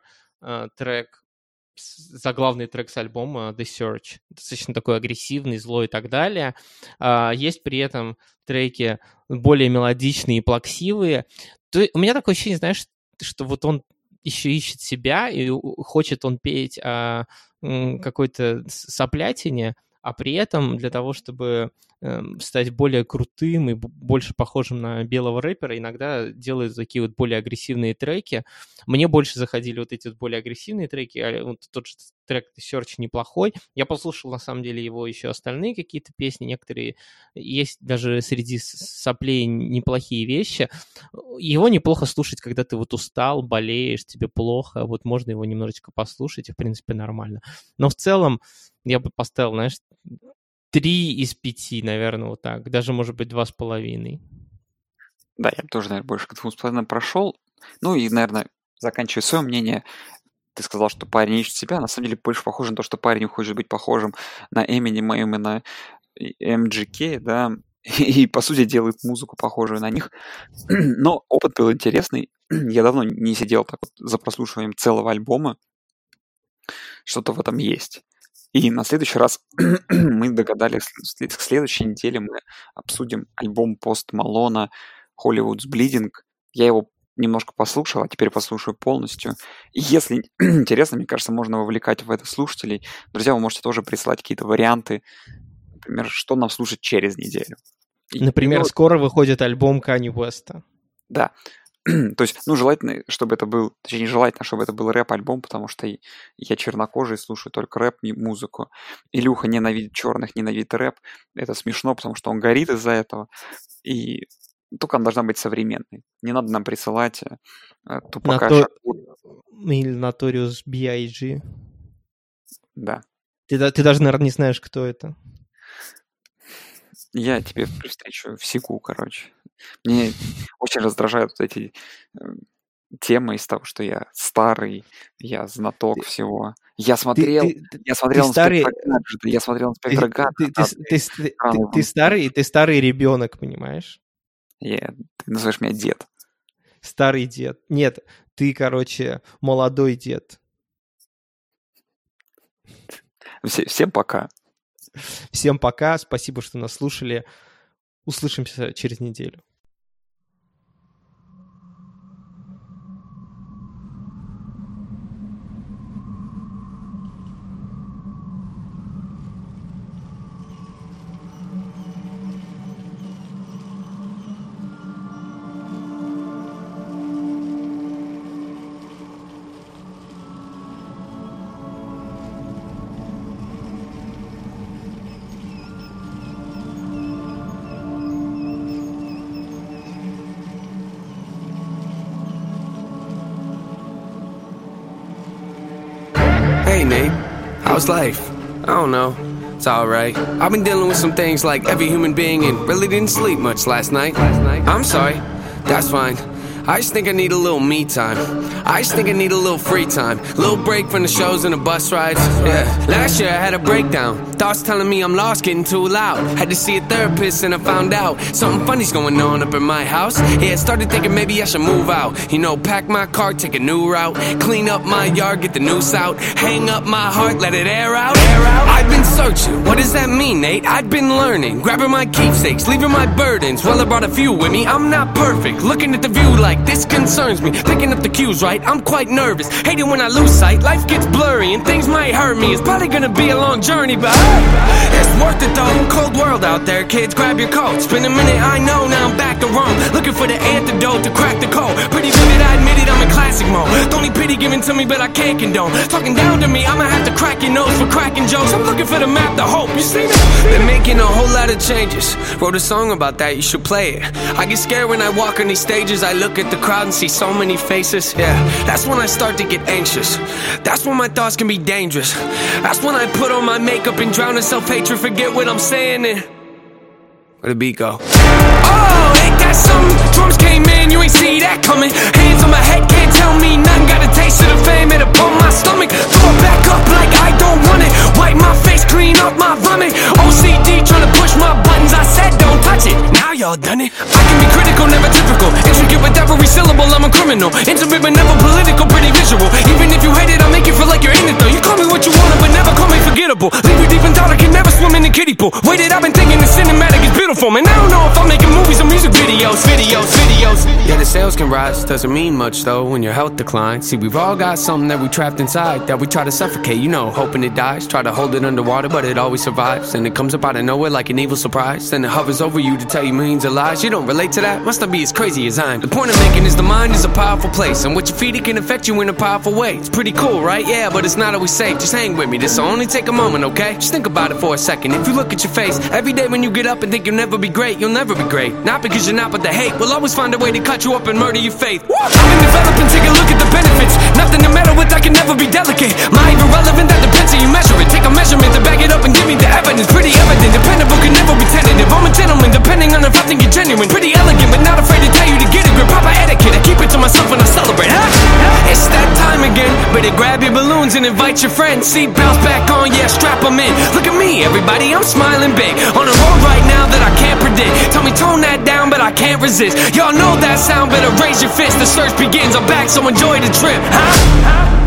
заглавный трек с альбома The Search. Достаточно такой агрессивный, злой и так далее. Есть при этом треки более мелодичные и плаксивые. У меня такое ощущение, знаешь, что вот он еще ищет себя, и хочет он петь о какой-то соплятине, а при этом для того, чтобы стать более крутым и больше похожим на белого рэпера, иногда делают такие вот более агрессивные треки. Мне больше заходили вот эти вот более агрессивные треки, а вот тот же трек The Search неплохой. Я послушал, на самом деле, его еще остальные какие-то песни, некоторые есть даже среди соплей неплохие вещи. Его неплохо слушать, когда ты вот устал, болеешь, тебе плохо, вот можно его немножечко послушать, и в принципе нормально. Но в целом я бы поставил, знаешь, 3 из 5, наверное, вот так. Даже, может быть, 2,5. Да, я бы тоже, наверное, больше к 2,5 прошел. Ну и, наверное, заканчивая свое мнение, ты сказал, что парень ищет себя. На самом деле, больше похоже на то, что парень хочет быть похожим на Эминема именно MGK, да, и, по сути, делает музыку, похожую на них. Но опыт был интересный. Я давно не сидел так вот за прослушиванием целого альбома. Что-то в этом есть. И на следующий раз мы догадались, к следующей неделе мы обсудим альбом Пост Малона «Hollywood's Bleeding». Я его немножко послушал, а теперь послушаю полностью. И если интересно, мне кажется, можно вовлекать в это слушателей. Друзья, вы можете тоже прислать какие-то варианты, например, что нам слушать через неделю. Например, скоро выходит альбом Канье Уэста. Да. То есть, желательно, чтобы это был, точнее, нежелательно, чтобы это был рэп-альбом, потому что я чернокожий, слушаю только рэп-музыку. Илюха ненавидит черных, ненавидит рэп. Это смешно, потому что он горит из-за этого. И только она должна быть современной. Не надо нам присылать Тупака Шакура. Или Notorious B.I.G. Да. Ты даже, наверное, не знаешь, кто это. Я тебе при встрече всеку, короче. Мне очень раздражают вот эти темы из того, что я старый, я знаток всего. Я смотрел на «Спектр Гаджета». Ты старый ребенок, понимаешь? Ты называешь меня дед. Старый дед. Нет, ты, молодой дед. Всем пока. Всем пока, спасибо, что нас слушали. Услышимся через неделю. Hey Nate, how's life? I don't know, it's alright. I've been dealing with some things like every human being and really didn't sleep much last night. I'm sorry, that's fine. I just think I need a little me time. I just think I need a little free time. A little break from the shows and the bus rides. Yeah. Last year I had a breakdown. Thoughts telling me I'm lost, getting too loud. Had to see a therapist and I found out something funny's going on up in my house. Yeah, started thinking maybe I should move out. Pack my car, take a new route. Clean up my yard, get the noose out. Hang up my heart, let it air out. I've been searching, what does that mean, Nate? I've been learning, grabbing my keepsakes, leaving my burdens. Well, I brought a few with me, I'm not perfect. Looking at the view like this concerns me. Picking up the cues right, I'm quite nervous. Hate it when I lose sight, life gets blurry and things might hurt me. It's probably gonna be a long journey, but it's worth it though. Cold world out there, kids, grab your coats. Been a minute, I know, now I'm back to Rome. Looking for the antidote to crack the code. Pretty vivid, I admit it, I'm in classic mode. Don't need pity given to me, but I can't condone. Talking down to me, I'ma have to crack your nose for cracking jokes. I'm looking for the map, the hope, you see me? Been making a whole lot of changes. Wrote a song about that, you should play it. I get scared when I walk on these stages. I look at the crowd and see so many faces. Yeah, that's when I start to get anxious. That's when my thoughts can be dangerous. That's when I put on my makeup and drown in self-hatred. Forget what I'm saying and where the beat go? Oh, ain't that something? Drums came in, you ain't see that coming. Hands on my head, can't tell me nothing. Got a taste of the fame, it upon my stomach. Throw it back up like I don't want it. Wipe my face, clean up my vomit. OCD trying to push my buttons. I said don't touch it, now y'all done it. I can be critical, never typical. Intricate with every syllable, I'm a criminal. Intimate but never political, pretty visual. Even if you hate it, I'll make you feel like you're in it though. You call me what you want, but never call me forgettable. Leave you deep in thought, I can never swim in the kiddie pool. Waited, I've been thinking the cinematic is beautiful. Man, I don't know if I'm making movies or music videos. Yeah, the sales can rise, doesn't mean much though when your health declines. See, we've all got something that we trapped inside that we try to suffocate, hoping it dies. Try to hold it underwater, but it always survives. And it comes up out of nowhere like an evil surprise. Then it hovers over you to tell you millions of lies. You don't relate to that? Must not be as crazy as I'm. The point I'm making is the mind is a powerful place, and what you feed it can affect you in a powerful way. It's pretty cool, right? Yeah, but it's not always safe. Just hang with me, this'll only take a moment, okay? Just think about it for a second. If you look at your face every day when you get up and think you'll never be great, you'll never be great. Not because you're not, but the hate will always find a way to cut you up and murder your faith. I've been developing, take a look at the benefits. Nothing to meddle with, I can never be delicate. Mind irrelevant, that depends how you measure it. Take a measurement to back it up and give me the evidence. Pretty evident, dependable, can never be tentative. I'm a gentleman, depending on if I think you're genuine. Pretty elegant, but not afraid to tell you to get a grip. Proper etiquette, I keep it to myself when I celebrate. It's that time again, but it grabs grab your balloons and invite your friends. Seatbelts back on, yeah, strap them in. Look at me, everybody, I'm smiling big. On a road right now that I can't predict. Tell me tone that down, but I can't resist. Y'all know that sound, better raise your fist. The search begins, I'm back, so enjoy the trip. Huh?